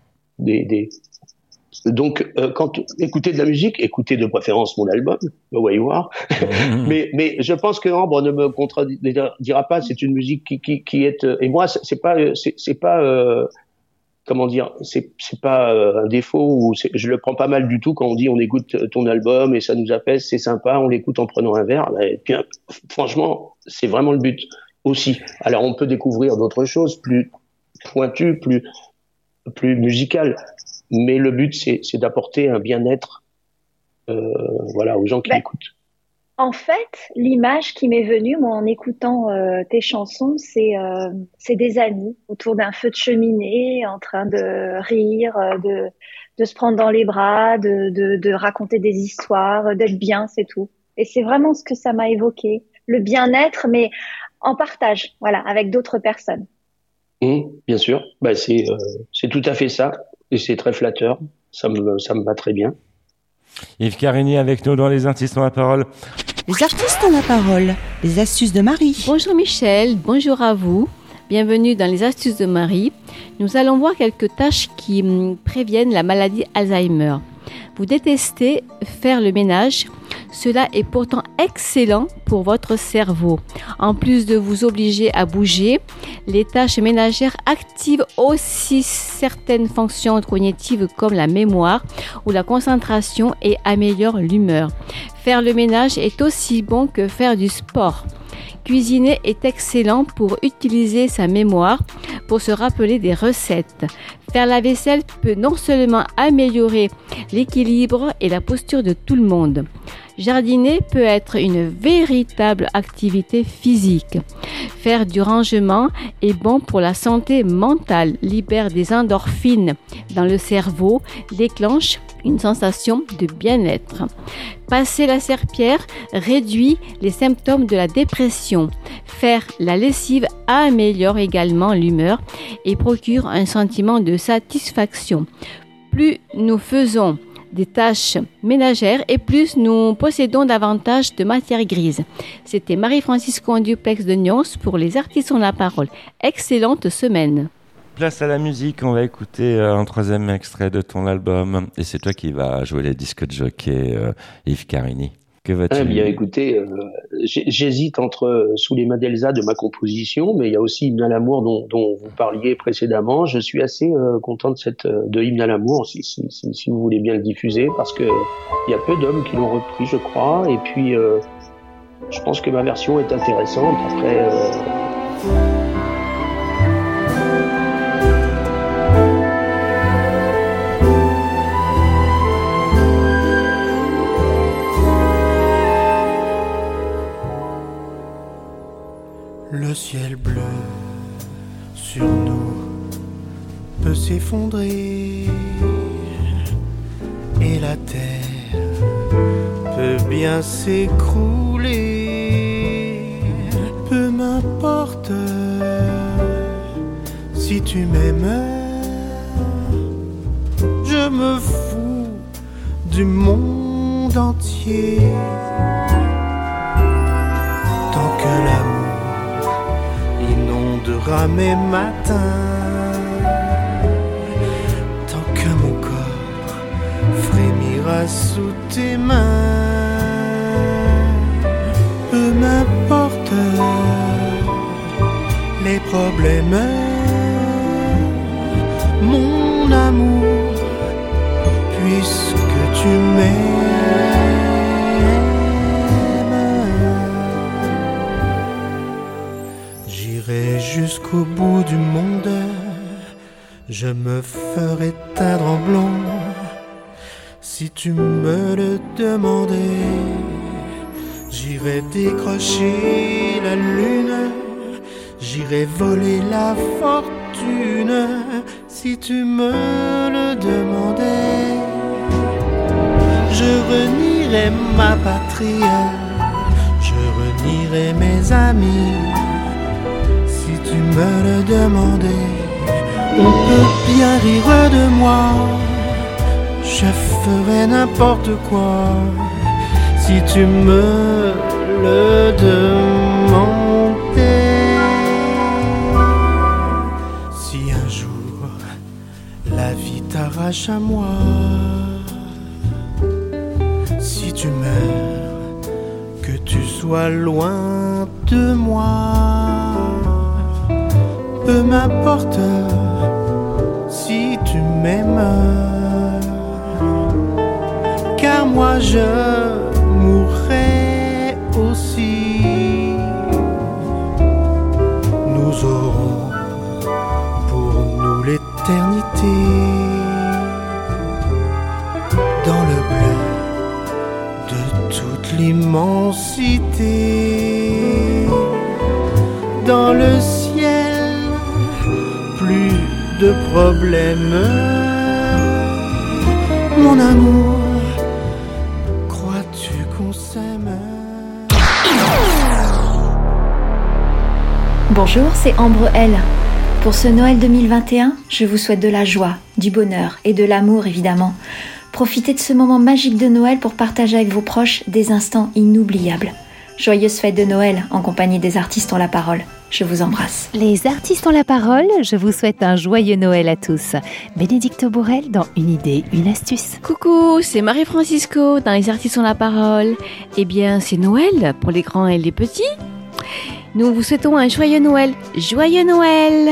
Donc, quand écoutez de la musique, écoutez de préférence mon album, The Way You Are. mais je pense que Ambre ne me contredira pas. C'est une musique qui est. Et moi, c'est pas. Comment dire, c'est pas un défaut ou je le prends pas mal du tout quand on dit on écoute ton album et ça nous apaise, c'est sympa, on l'écoute en prenant un verre. Et puis, franchement, c'est vraiment le but aussi. Alors on peut découvrir d'autres choses plus pointues, plus musicales, mais le but c'est d'apporter un bien-être, voilà, aux gens qui l'écoutent. En fait, l'image qui m'est venue, moi, en écoutant tes chansons, c'est des amis autour d'un feu de cheminée, en train de rire, de se prendre dans les bras, de raconter des histoires, d'être bien, c'est tout. Et c'est vraiment ce que ça m'a évoqué, le bien-être, mais en partage, voilà, avec d'autres personnes. Bien sûr, bah c'est tout à fait ça, et c'est très flatteur. Ça me va très bien. Yves Carini avec nous dans Les Artistes ont la parole. Les artistes ont la parole, les astuces de Marie. Bonjour Michel, bonjour à vous. Bienvenue dans Les Astuces de Marie. Nous allons voir quelques tâches qui préviennent la maladie Alzheimer. Vous détestez faire le ménage. Cela est pourtant excellent pour votre cerveau. En plus de vous obliger à bouger, les tâches ménagères activent aussi certaines fonctions cognitives comme la mémoire ou la concentration et améliorent l'humeur. Faire le ménage est aussi bon que faire du sport. Cuisiner est excellent pour utiliser sa mémoire, pour se rappeler des recettes. Faire la vaisselle peut non seulement améliorer l'équilibre et la posture de tout le monde. Jardiner peut être une véritable activité physique. Faire du rangement est bon pour la santé mentale, libère des endorphines dans le cerveau, déclenche une sensation de bien-être. Passer la serpillière réduit les symptômes de la dépression. Faire la lessive améliore également l'humeur et procure un sentiment de satisfaction. Plus nous faisons des tâches ménagères et plus nous possédons davantage de matière grise. C'était Marie-Francisco en duplex de Nyons pour Les Artistes ont la parole. Excellente semaine. Place à la musique, on va écouter un troisième extrait de ton album et c'est toi qui vas jouer les disques de jockey, Yves Carini. Que vas-tu? Eh bien, écoutez, j'hésite entre Sous les mains d'Elsa de ma composition, mais il y a aussi Hymne à l'amour dont vous parliez précédemment. Je suis assez content de Hymne à l'amour, si vous voulez bien le diffuser, parce que il y a peu d'hommes qui l'ont repris, je crois, et puis je pense que ma version est intéressante. Après. Le ciel bleu sur nous peut s'effondrer et la terre peut bien s'écrouler. Peu m'importe si tu m'aimes, je me fous du monde entier tant que l'amour inondera mes matins, tant que mon corps frémira sous tes mains. Peu m'importe les problèmes, mon amour, puisque tu m'aimes. Jusqu'au bout du monde, je me ferai teindre en blond si tu me le demandais. J'irai décrocher la lune, j'irai voler la fortune, si tu me le demandais. Je renierai ma patrie, je renierai mes amis, si tu me le demandais. On peut bien rire de moi, je ferai n'importe quoi, si tu me le demandais. Si un jour la vie t'arrache à moi, si tu meurs, que tu sois loin de moi, peu m'importe si tu m'aimes, car moi je mourrai aussi. Nous aurons pour nous l'éternité dans le bleu de toute l'immensité, dans le ciel, plus de problèmes. Mon amour, crois-tu qu'on s'aime? Bonjour, c'est Ambre L. Pour ce Noël 2021, je vous souhaite de la joie, du bonheur et de l'amour évidemment. Profitez de ce moment magique de Noël pour partager avec vos proches des instants inoubliables. Joyeuse fête de Noël en compagnie des artistes ont la parole. Je vous embrasse. Les artistes ont la parole, je vous souhaite un joyeux Noël à tous. Bénédicte Bourrel dans Une idée, une astuce. Coucou, c'est Marie-Francisco dans Les artistes ont la parole. Eh bien, c'est Noël pour les grands et les petits. Nous vous souhaitons un joyeux Noël. Joyeux Noël!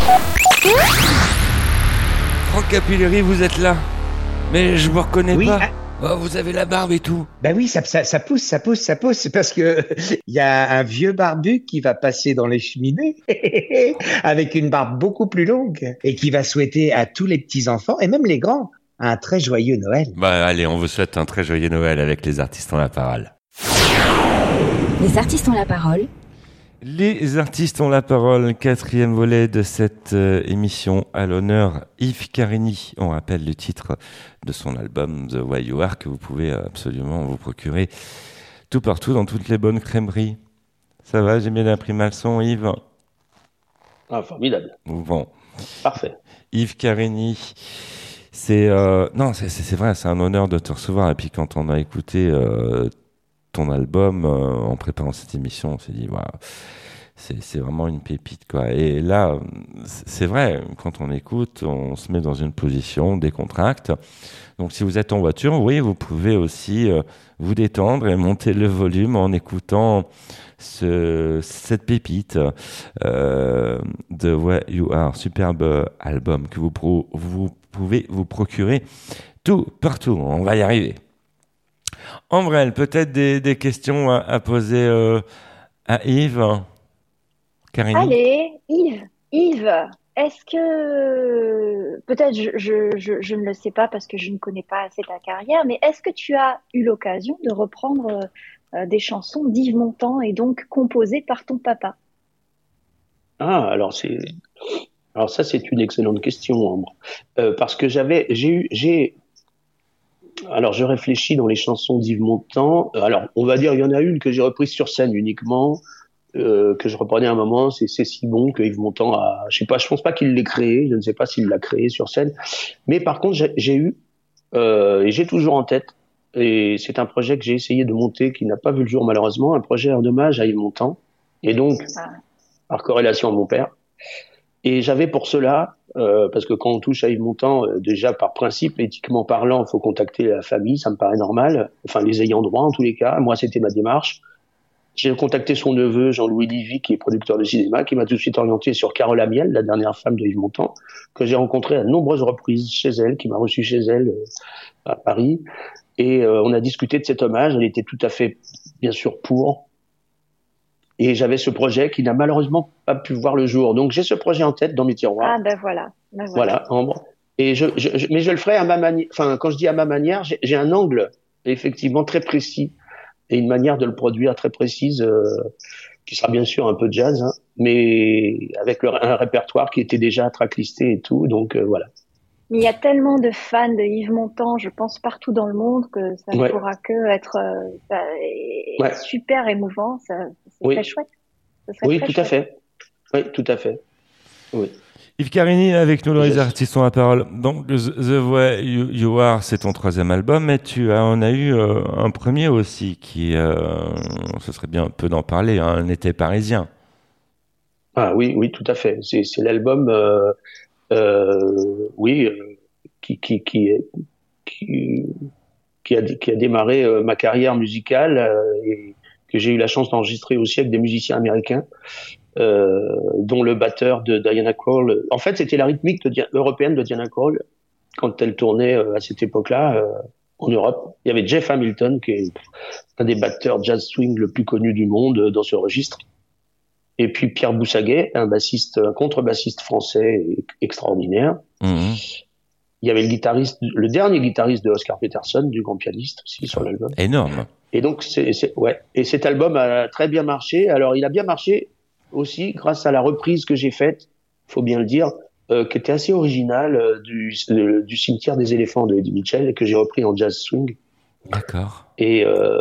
Franck Capilleri, vous êtes là? Mais je me reconnais Oui, pas. Oh, vous avez la barbe et tout. Ben oui, ça pousse. C'est parce que il y a un vieux barbu qui va passer dans les cheminées avec une barbe beaucoup plus longue et qui va souhaiter à tous les petits-enfants et même les grands un très joyeux Noël. Bah allez, on vous souhaite un très joyeux Noël avec les artistes ont la parole. Les artistes ont la parole. Les artistes ont la parole, 4e volet de cette émission à l'honneur Yves Carini. On rappelle le titre de son album The Way You Are que vous pouvez absolument vous procurer tout partout dans toutes les bonnes crèmeries. Ça va, j'ai bien appris ma leçon, Yves? Ah, formidable. Bon. Parfait. Yves Carini, c'est vrai, c'est un honneur de te recevoir. Et puis quand on a écouté ton album en préparant cette émission, on s'est dit waouh, c'est vraiment une pépite quoi. Et là, c'est vrai, quand on écoute, on se met dans une position, on décontracte. Donc si vous êtes en voiture, oui, vous pouvez aussi vous détendre et monter le volume en écoutant cette pépite de Way You Are, superbe album que vous pouvez vous procurer tout partout. On va y arriver. Ambrelle, peut-être des questions à poser à Yves? Carini? Allez, Yves, est-ce que, peut-être je ne le sais pas parce que je ne connais pas assez ta carrière, mais est-ce que tu as eu l'occasion de reprendre des chansons d'Yves Montand et donc composées par ton papa? Ah, alors ça c'est une excellente question, Ambre, parce que alors, je réfléchis dans les chansons d'Yves Montand. Alors, on va dire, il y en a une que j'ai reprise sur scène uniquement, que je reprenais à un moment. C'est si bon que Yves Montand a, je pense pas qu'il l'ait créé. Je ne sais pas s'il l'a créé sur scène. Mais par contre, j'ai eu, et j'ai toujours en tête, et c'est un projet que j'ai essayé de monter, qui n'a pas vu le jour malheureusement, un projet en hommage à Yves Montand. Et donc, par corrélation à mon père. Et j'avais pour cela, parce que quand on touche à Yves Montand, déjà par principe, éthiquement parlant, il faut contacter la famille, ça me paraît normal, enfin les ayants droit en tous les cas. Moi, c'était ma démarche. J'ai contacté son neveu, Jean-Louis Livy, qui est producteur de cinéma, qui m'a tout de suite orienté sur Carole Amiel, la dernière femme de Yves Montand, que j'ai rencontrée à de nombreuses reprises chez elle, qui m'a reçu chez elle à Paris. Et on a discuté de cet hommage. Elle était tout à fait, bien sûr, pour. Et j'avais ce projet qui n'a malheureusement pas pu voir le jour. Donc j'ai ce projet en tête dans mes tiroirs. Ah ben voilà. Voilà, Ambre. Et mais je le ferai à ma manière. Enfin, quand je dis à ma manière, j'ai un angle effectivement très précis et une manière de le produire très précise, qui sera bien sûr un peu jazz, hein, mais avec un répertoire qui était déjà tracklisté et tout, donc voilà. Il y a tellement de fans de Yves Montand, je pense, partout dans le monde, que ça ne pourra que être super émouvant. C'est très chouette. Oui, tout à fait. Oui, tout à fait. Oui. Yves Carini avec nous dans Les Artistes ont la parole. Donc, The Way You Are, c'est ton 3e album, mais on a eu un premier aussi qui, ce serait bien un peu d'en parler, hein, Un été parisien. Ah oui, tout à fait. C'est l'album, qui a démarré ma carrière musicale et que j'ai eu la chance d'enregistrer aussi avec des musiciens américains. Dont le batteur de Diana Krall. En fait, c'était la rythmique européenne de Diana Krall quand elle tournait à cette époque-là en Europe. Il y avait Jeff Hamilton, qui est un des batteurs jazz swing le plus connu du monde dans ce registre. Et puis Pierre Boussaguet, un contrebassiste français extraordinaire. Mmh. Il y avait le dernier guitariste de Oscar Peterson, du grand pianiste aussi sur l'album. Énorme. Et donc, Et cet album a très bien marché. Alors, il a bien marché aussi grâce à la reprise que j'ai faite, faut bien le dire, qui était assez originale du Cimetière des éléphants de Eddie Mitchell, que j'ai repris en jazz swing. D'accord. Et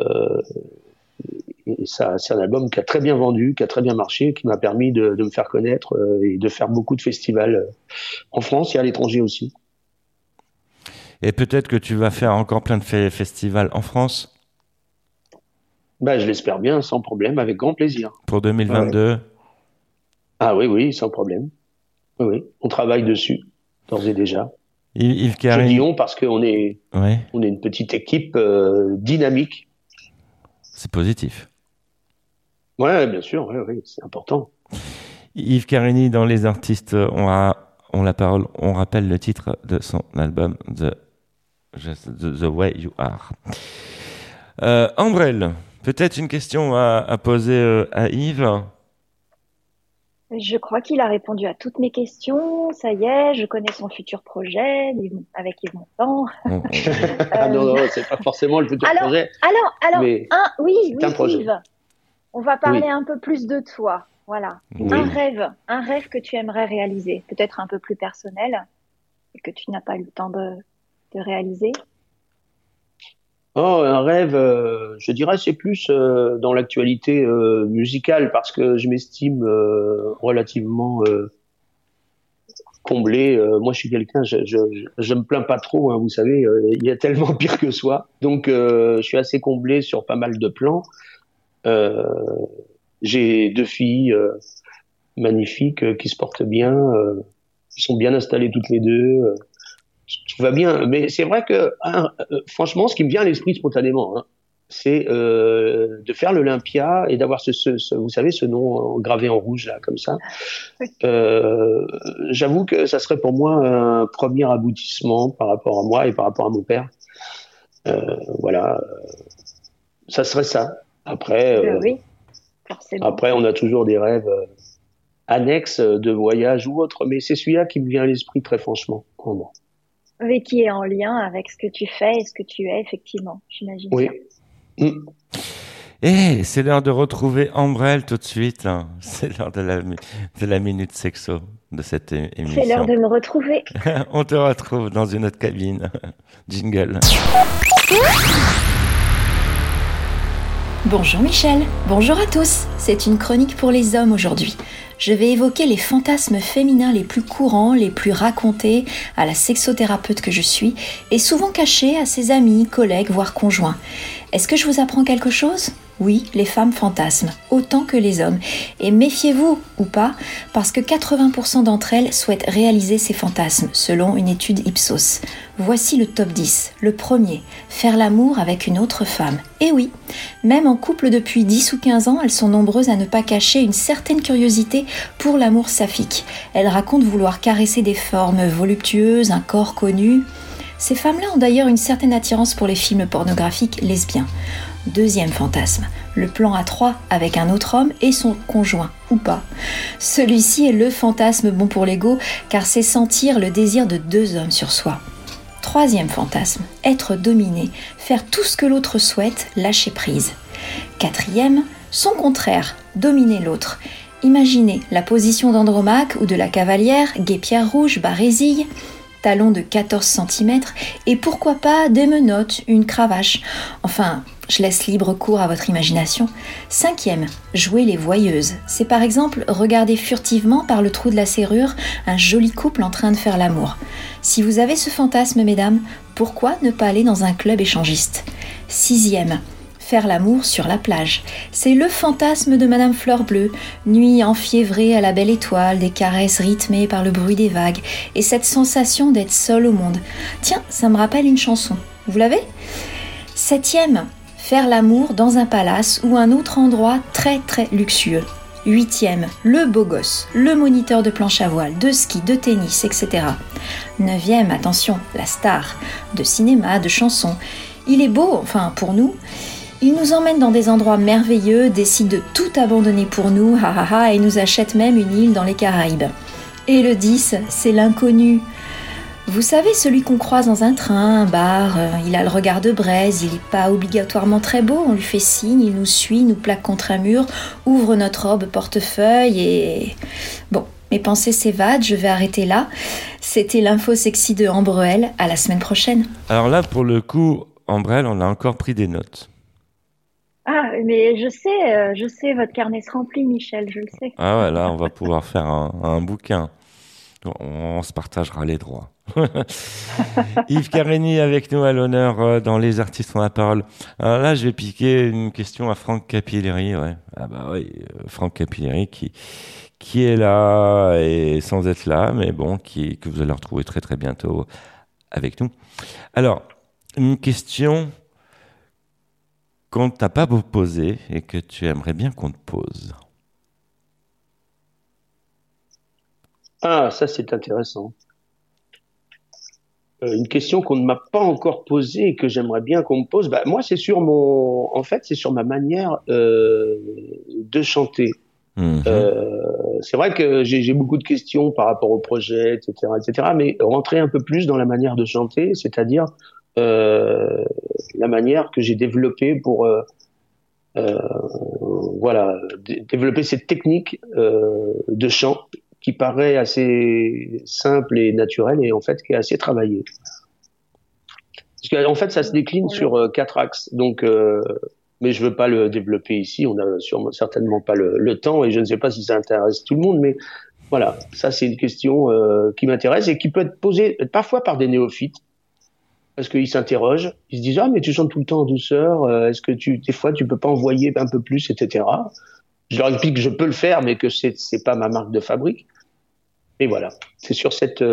ça, c'est un album qui a très bien vendu, qui a très bien marché, qui m'a permis de me faire connaître et de faire beaucoup de festivals en France et à l'étranger aussi. Et peut-être que tu vas faire encore plein de festivals en France? Je l'espère bien, sans problème, avec grand plaisir. Pour 2022? Ouais. Ah oui, sans problème. Oui, on travaille dessus, d'ores et déjà. Yves Carini. Je dis on parce qu'on est, on est une petite équipe dynamique. C'est positif. Ouais, bien sûr, oui, c'est important. Yves Carini, dans Les Artistes ont la parole, on rappelle le titre de son album The Way You Are. Ambrelle, peut-être une question à poser à Yves. Je crois qu'il a répondu à toutes mes questions. Ça y est, je connais son futur projet avec Yves Montand. Non, c'est pas forcément le futur projet. Alors, oui, projet. Yves. On va parler un peu plus de toi. Voilà. Oui. Un rêve que tu aimerais réaliser, peut-être un peu plus personnel et que tu n'as pas eu le temps de réaliser. Oh, un rêve, je dirais c'est plus dans l'actualité musicale parce que je m'estime relativement comblé. Moi, je suis quelqu'un, je me plains pas trop, hein, vous savez, il y a tellement pire que soi. Donc, je suis assez comblé sur pas mal de plans. J'ai 2 filles magnifiques qui se portent bien, qui sont bien installées toutes les deux. Tout va bien, mais c'est vrai que franchement, ce qui me vient à l'esprit spontanément, hein, c'est de faire l'Olympia et d'avoir vous savez, ce nom gravé en rouge là, comme ça. J'avoue que ça serait pour moi un premier aboutissement par rapport à moi et par rapport à mon père. Voilà, ça serait ça. Après, oui, forcément. Après, on a toujours des rêves annexes de voyage ou autre, mais c'est celui-là qui me vient à l'esprit très franchement, pour moi. Et qui est en lien avec ce que tu fais et ce que tu es, effectivement, j'imagine. Oui. Et c'est l'heure de retrouver Ambrelle tout de suite. Hein. C'est l'heure de la minute sexo de cette émission. C'est l'heure de me retrouver. On te retrouve dans une autre cabine. Jingle. Bonjour Michel, bonjour à tous. C'est une chronique pour les hommes aujourd'hui. Je vais évoquer les fantasmes féminins les plus courants, les plus racontés à la sexothérapeute que je suis et souvent cachés à ses amis, collègues, voire conjoints. Est-ce que je vous apprends quelque chose ? Oui, les femmes fantasment, autant que les hommes. Et méfiez-vous, ou pas, parce que 80% d'entre elles souhaitent réaliser ces fantasmes, selon une étude Ipsos. Voici le top 10. Le premier, faire l'amour avec une autre femme. Et oui, même en couple depuis 10 ou 15 ans, elles sont nombreuses à ne pas cacher une certaine curiosité pour l'amour saphique. Elles racontent vouloir caresser des formes voluptueuses, un corps connu. Ces femmes-là ont d'ailleurs une certaine attirance pour les films pornographiques lesbiens. Deuxième fantasme, le plan à 3 avec un autre homme et son conjoint, ou pas. Celui-ci est le fantasme bon pour l'ego, car c'est sentir le désir de 2 hommes sur soi. Troisième fantasme, être dominé, faire tout ce que l'autre souhaite, lâcher prise. 4e, son contraire, dominer l'autre. Imaginez la position d'Andromaque ou de la cavalière, guêpière rouge, barésille, talons de 14 cm et pourquoi pas des menottes, une cravache. Enfin, je laisse libre cours à votre imagination. 5e, jouer les voyeuses. C'est par exemple regarder furtivement par le trou de la serrure un joli couple en train de faire l'amour. Si vous avez ce fantasme, mesdames, pourquoi ne pas aller dans un club échangiste ? 6e, faire l'amour sur la plage. C'est le fantasme de Madame Fleur-Bleue, nuit enfiévrée à la belle étoile, des caresses rythmées par le bruit des vagues et cette sensation d'être seule au monde. Tiens, ça me rappelle une chanson. Vous l'avez ? 7e, faire l'amour dans un palace ou un autre endroit très très luxueux. 8e, le beau gosse, le moniteur de planche à voile, de ski, de tennis, etc. 9e, attention, la star, de cinéma, de chansons. Il est beau, enfin pour nous. Il nous emmène dans des endroits merveilleux, décide de tout abandonner pour nous, et nous achète même une île dans les Caraïbes. Et le 10, c'est l'inconnu. Vous savez, celui qu'on croise dans un train, un bar, il a le regard de braise, il n'est pas obligatoirement très beau, on lui fait signe, il nous suit, nous plaque contre un mur, ouvre notre robe portefeuille et... Bon, mes pensées s'évadent, je vais arrêter là. C'était l'info sexy de Ambrelle, à la semaine prochaine. Alors là, pour le coup, Ambrelle, on a encore pris des notes. Ah, mais je sais, votre carnet se remplit, Michel, je le sais. Ah ouais, là, on va pouvoir faire un bouquin. On se partagera les droits. Yves Carini avec nous à l'honneur dans Les Artistes ont la parole. Alors là, je vais piquer une question à Franck Capilleri. Ouais. Ah bah oui, Franck Capilleri qui est là et sans être là, mais bon, que vous allez retrouver très très bientôt avec nous. Alors, une question qu'on ne t'a pas posée et que tu aimerais bien qu'on te pose. Ah, ça c'est intéressant. Une question qu'on ne m'a pas encore posée et que j'aimerais bien qu'on me pose. Bah, moi, c'est sur ma manière de chanter. C'est vrai que j'ai beaucoup de questions par rapport au projet, etc., mais rentrer un peu plus dans la manière de chanter, c'est-à-dire la manière que j'ai développée pour développer cette technique de chant qui paraît assez simple et naturelle et en fait qui est assez travaillée. Parce qu'en fait ça se décline sur 4 axes, donc mais je veux pas le développer ici, on a certainement pas le temps et je ne sais pas si ça intéresse tout le monde, mais voilà, ça c'est une question qui m'intéresse et qui peut être posée parfois par des néophytes parce qu'ils s'interrogent, ils se disent ah mais tu chantes tout le temps en douceur, est-ce que des fois tu peux pas envoyer un peu plus, etc. Je leur explique que je peux le faire mais que c'est pas ma marque de fabrique. Et voilà, c'est sur cette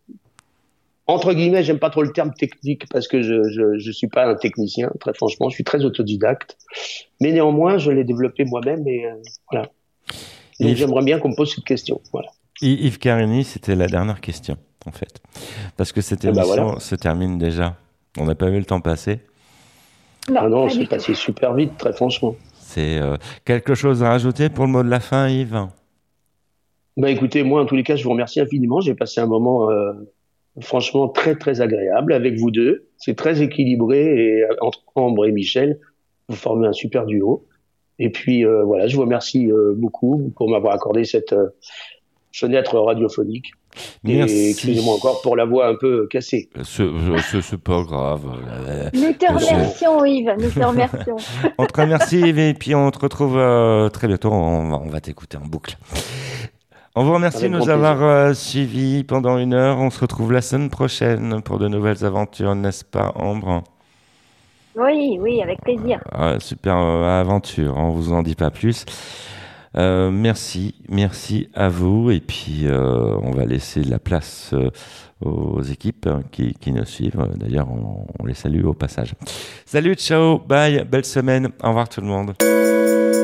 entre guillemets, j'aime pas trop le terme technique parce que je suis pas un technicien, très franchement, je suis très autodidacte, mais néanmoins je l'ai développé moi-même et voilà. Donc j'aimerais bien qu'on me pose cette question. Voilà. Yves Carini, c'était la dernière question en fait, parce que cette émission se termine déjà. On n'a pas vu le temps passer. Non, c'est passé super vite, très franchement. C'est quelque chose à rajouter pour le mot de la fin, Yves? Bah écoutez, moi en tous les cas, je vous remercie infiniment. J'ai passé un moment franchement très très agréable avec vous deux. C'est très équilibré et entre Ambre et Michel, vous formez un super duo. Et puis voilà, je vous remercie beaucoup pour m'avoir accordé cette fenêtre radiophonique. Merci. Et excusez-moi encore pour la voix un peu cassée. C'est pas grave. Nous te remercions, Yves. Nous te remercions. On te remercie, Yves, et puis on te retrouve très bientôt. On va t'écouter en boucle. On vous remercie de nous avoir suivis pendant 1 heure. On se retrouve la semaine prochaine pour de nouvelles aventures, n'est-ce pas, Ambre? Oui, avec plaisir. Super aventure, on vous en dit pas plus. Merci à vous. Et puis, on va laisser la place aux équipes qui nous suivent. D'ailleurs, on les salue au passage. Salut, ciao, bye, belle semaine. Au revoir tout le monde.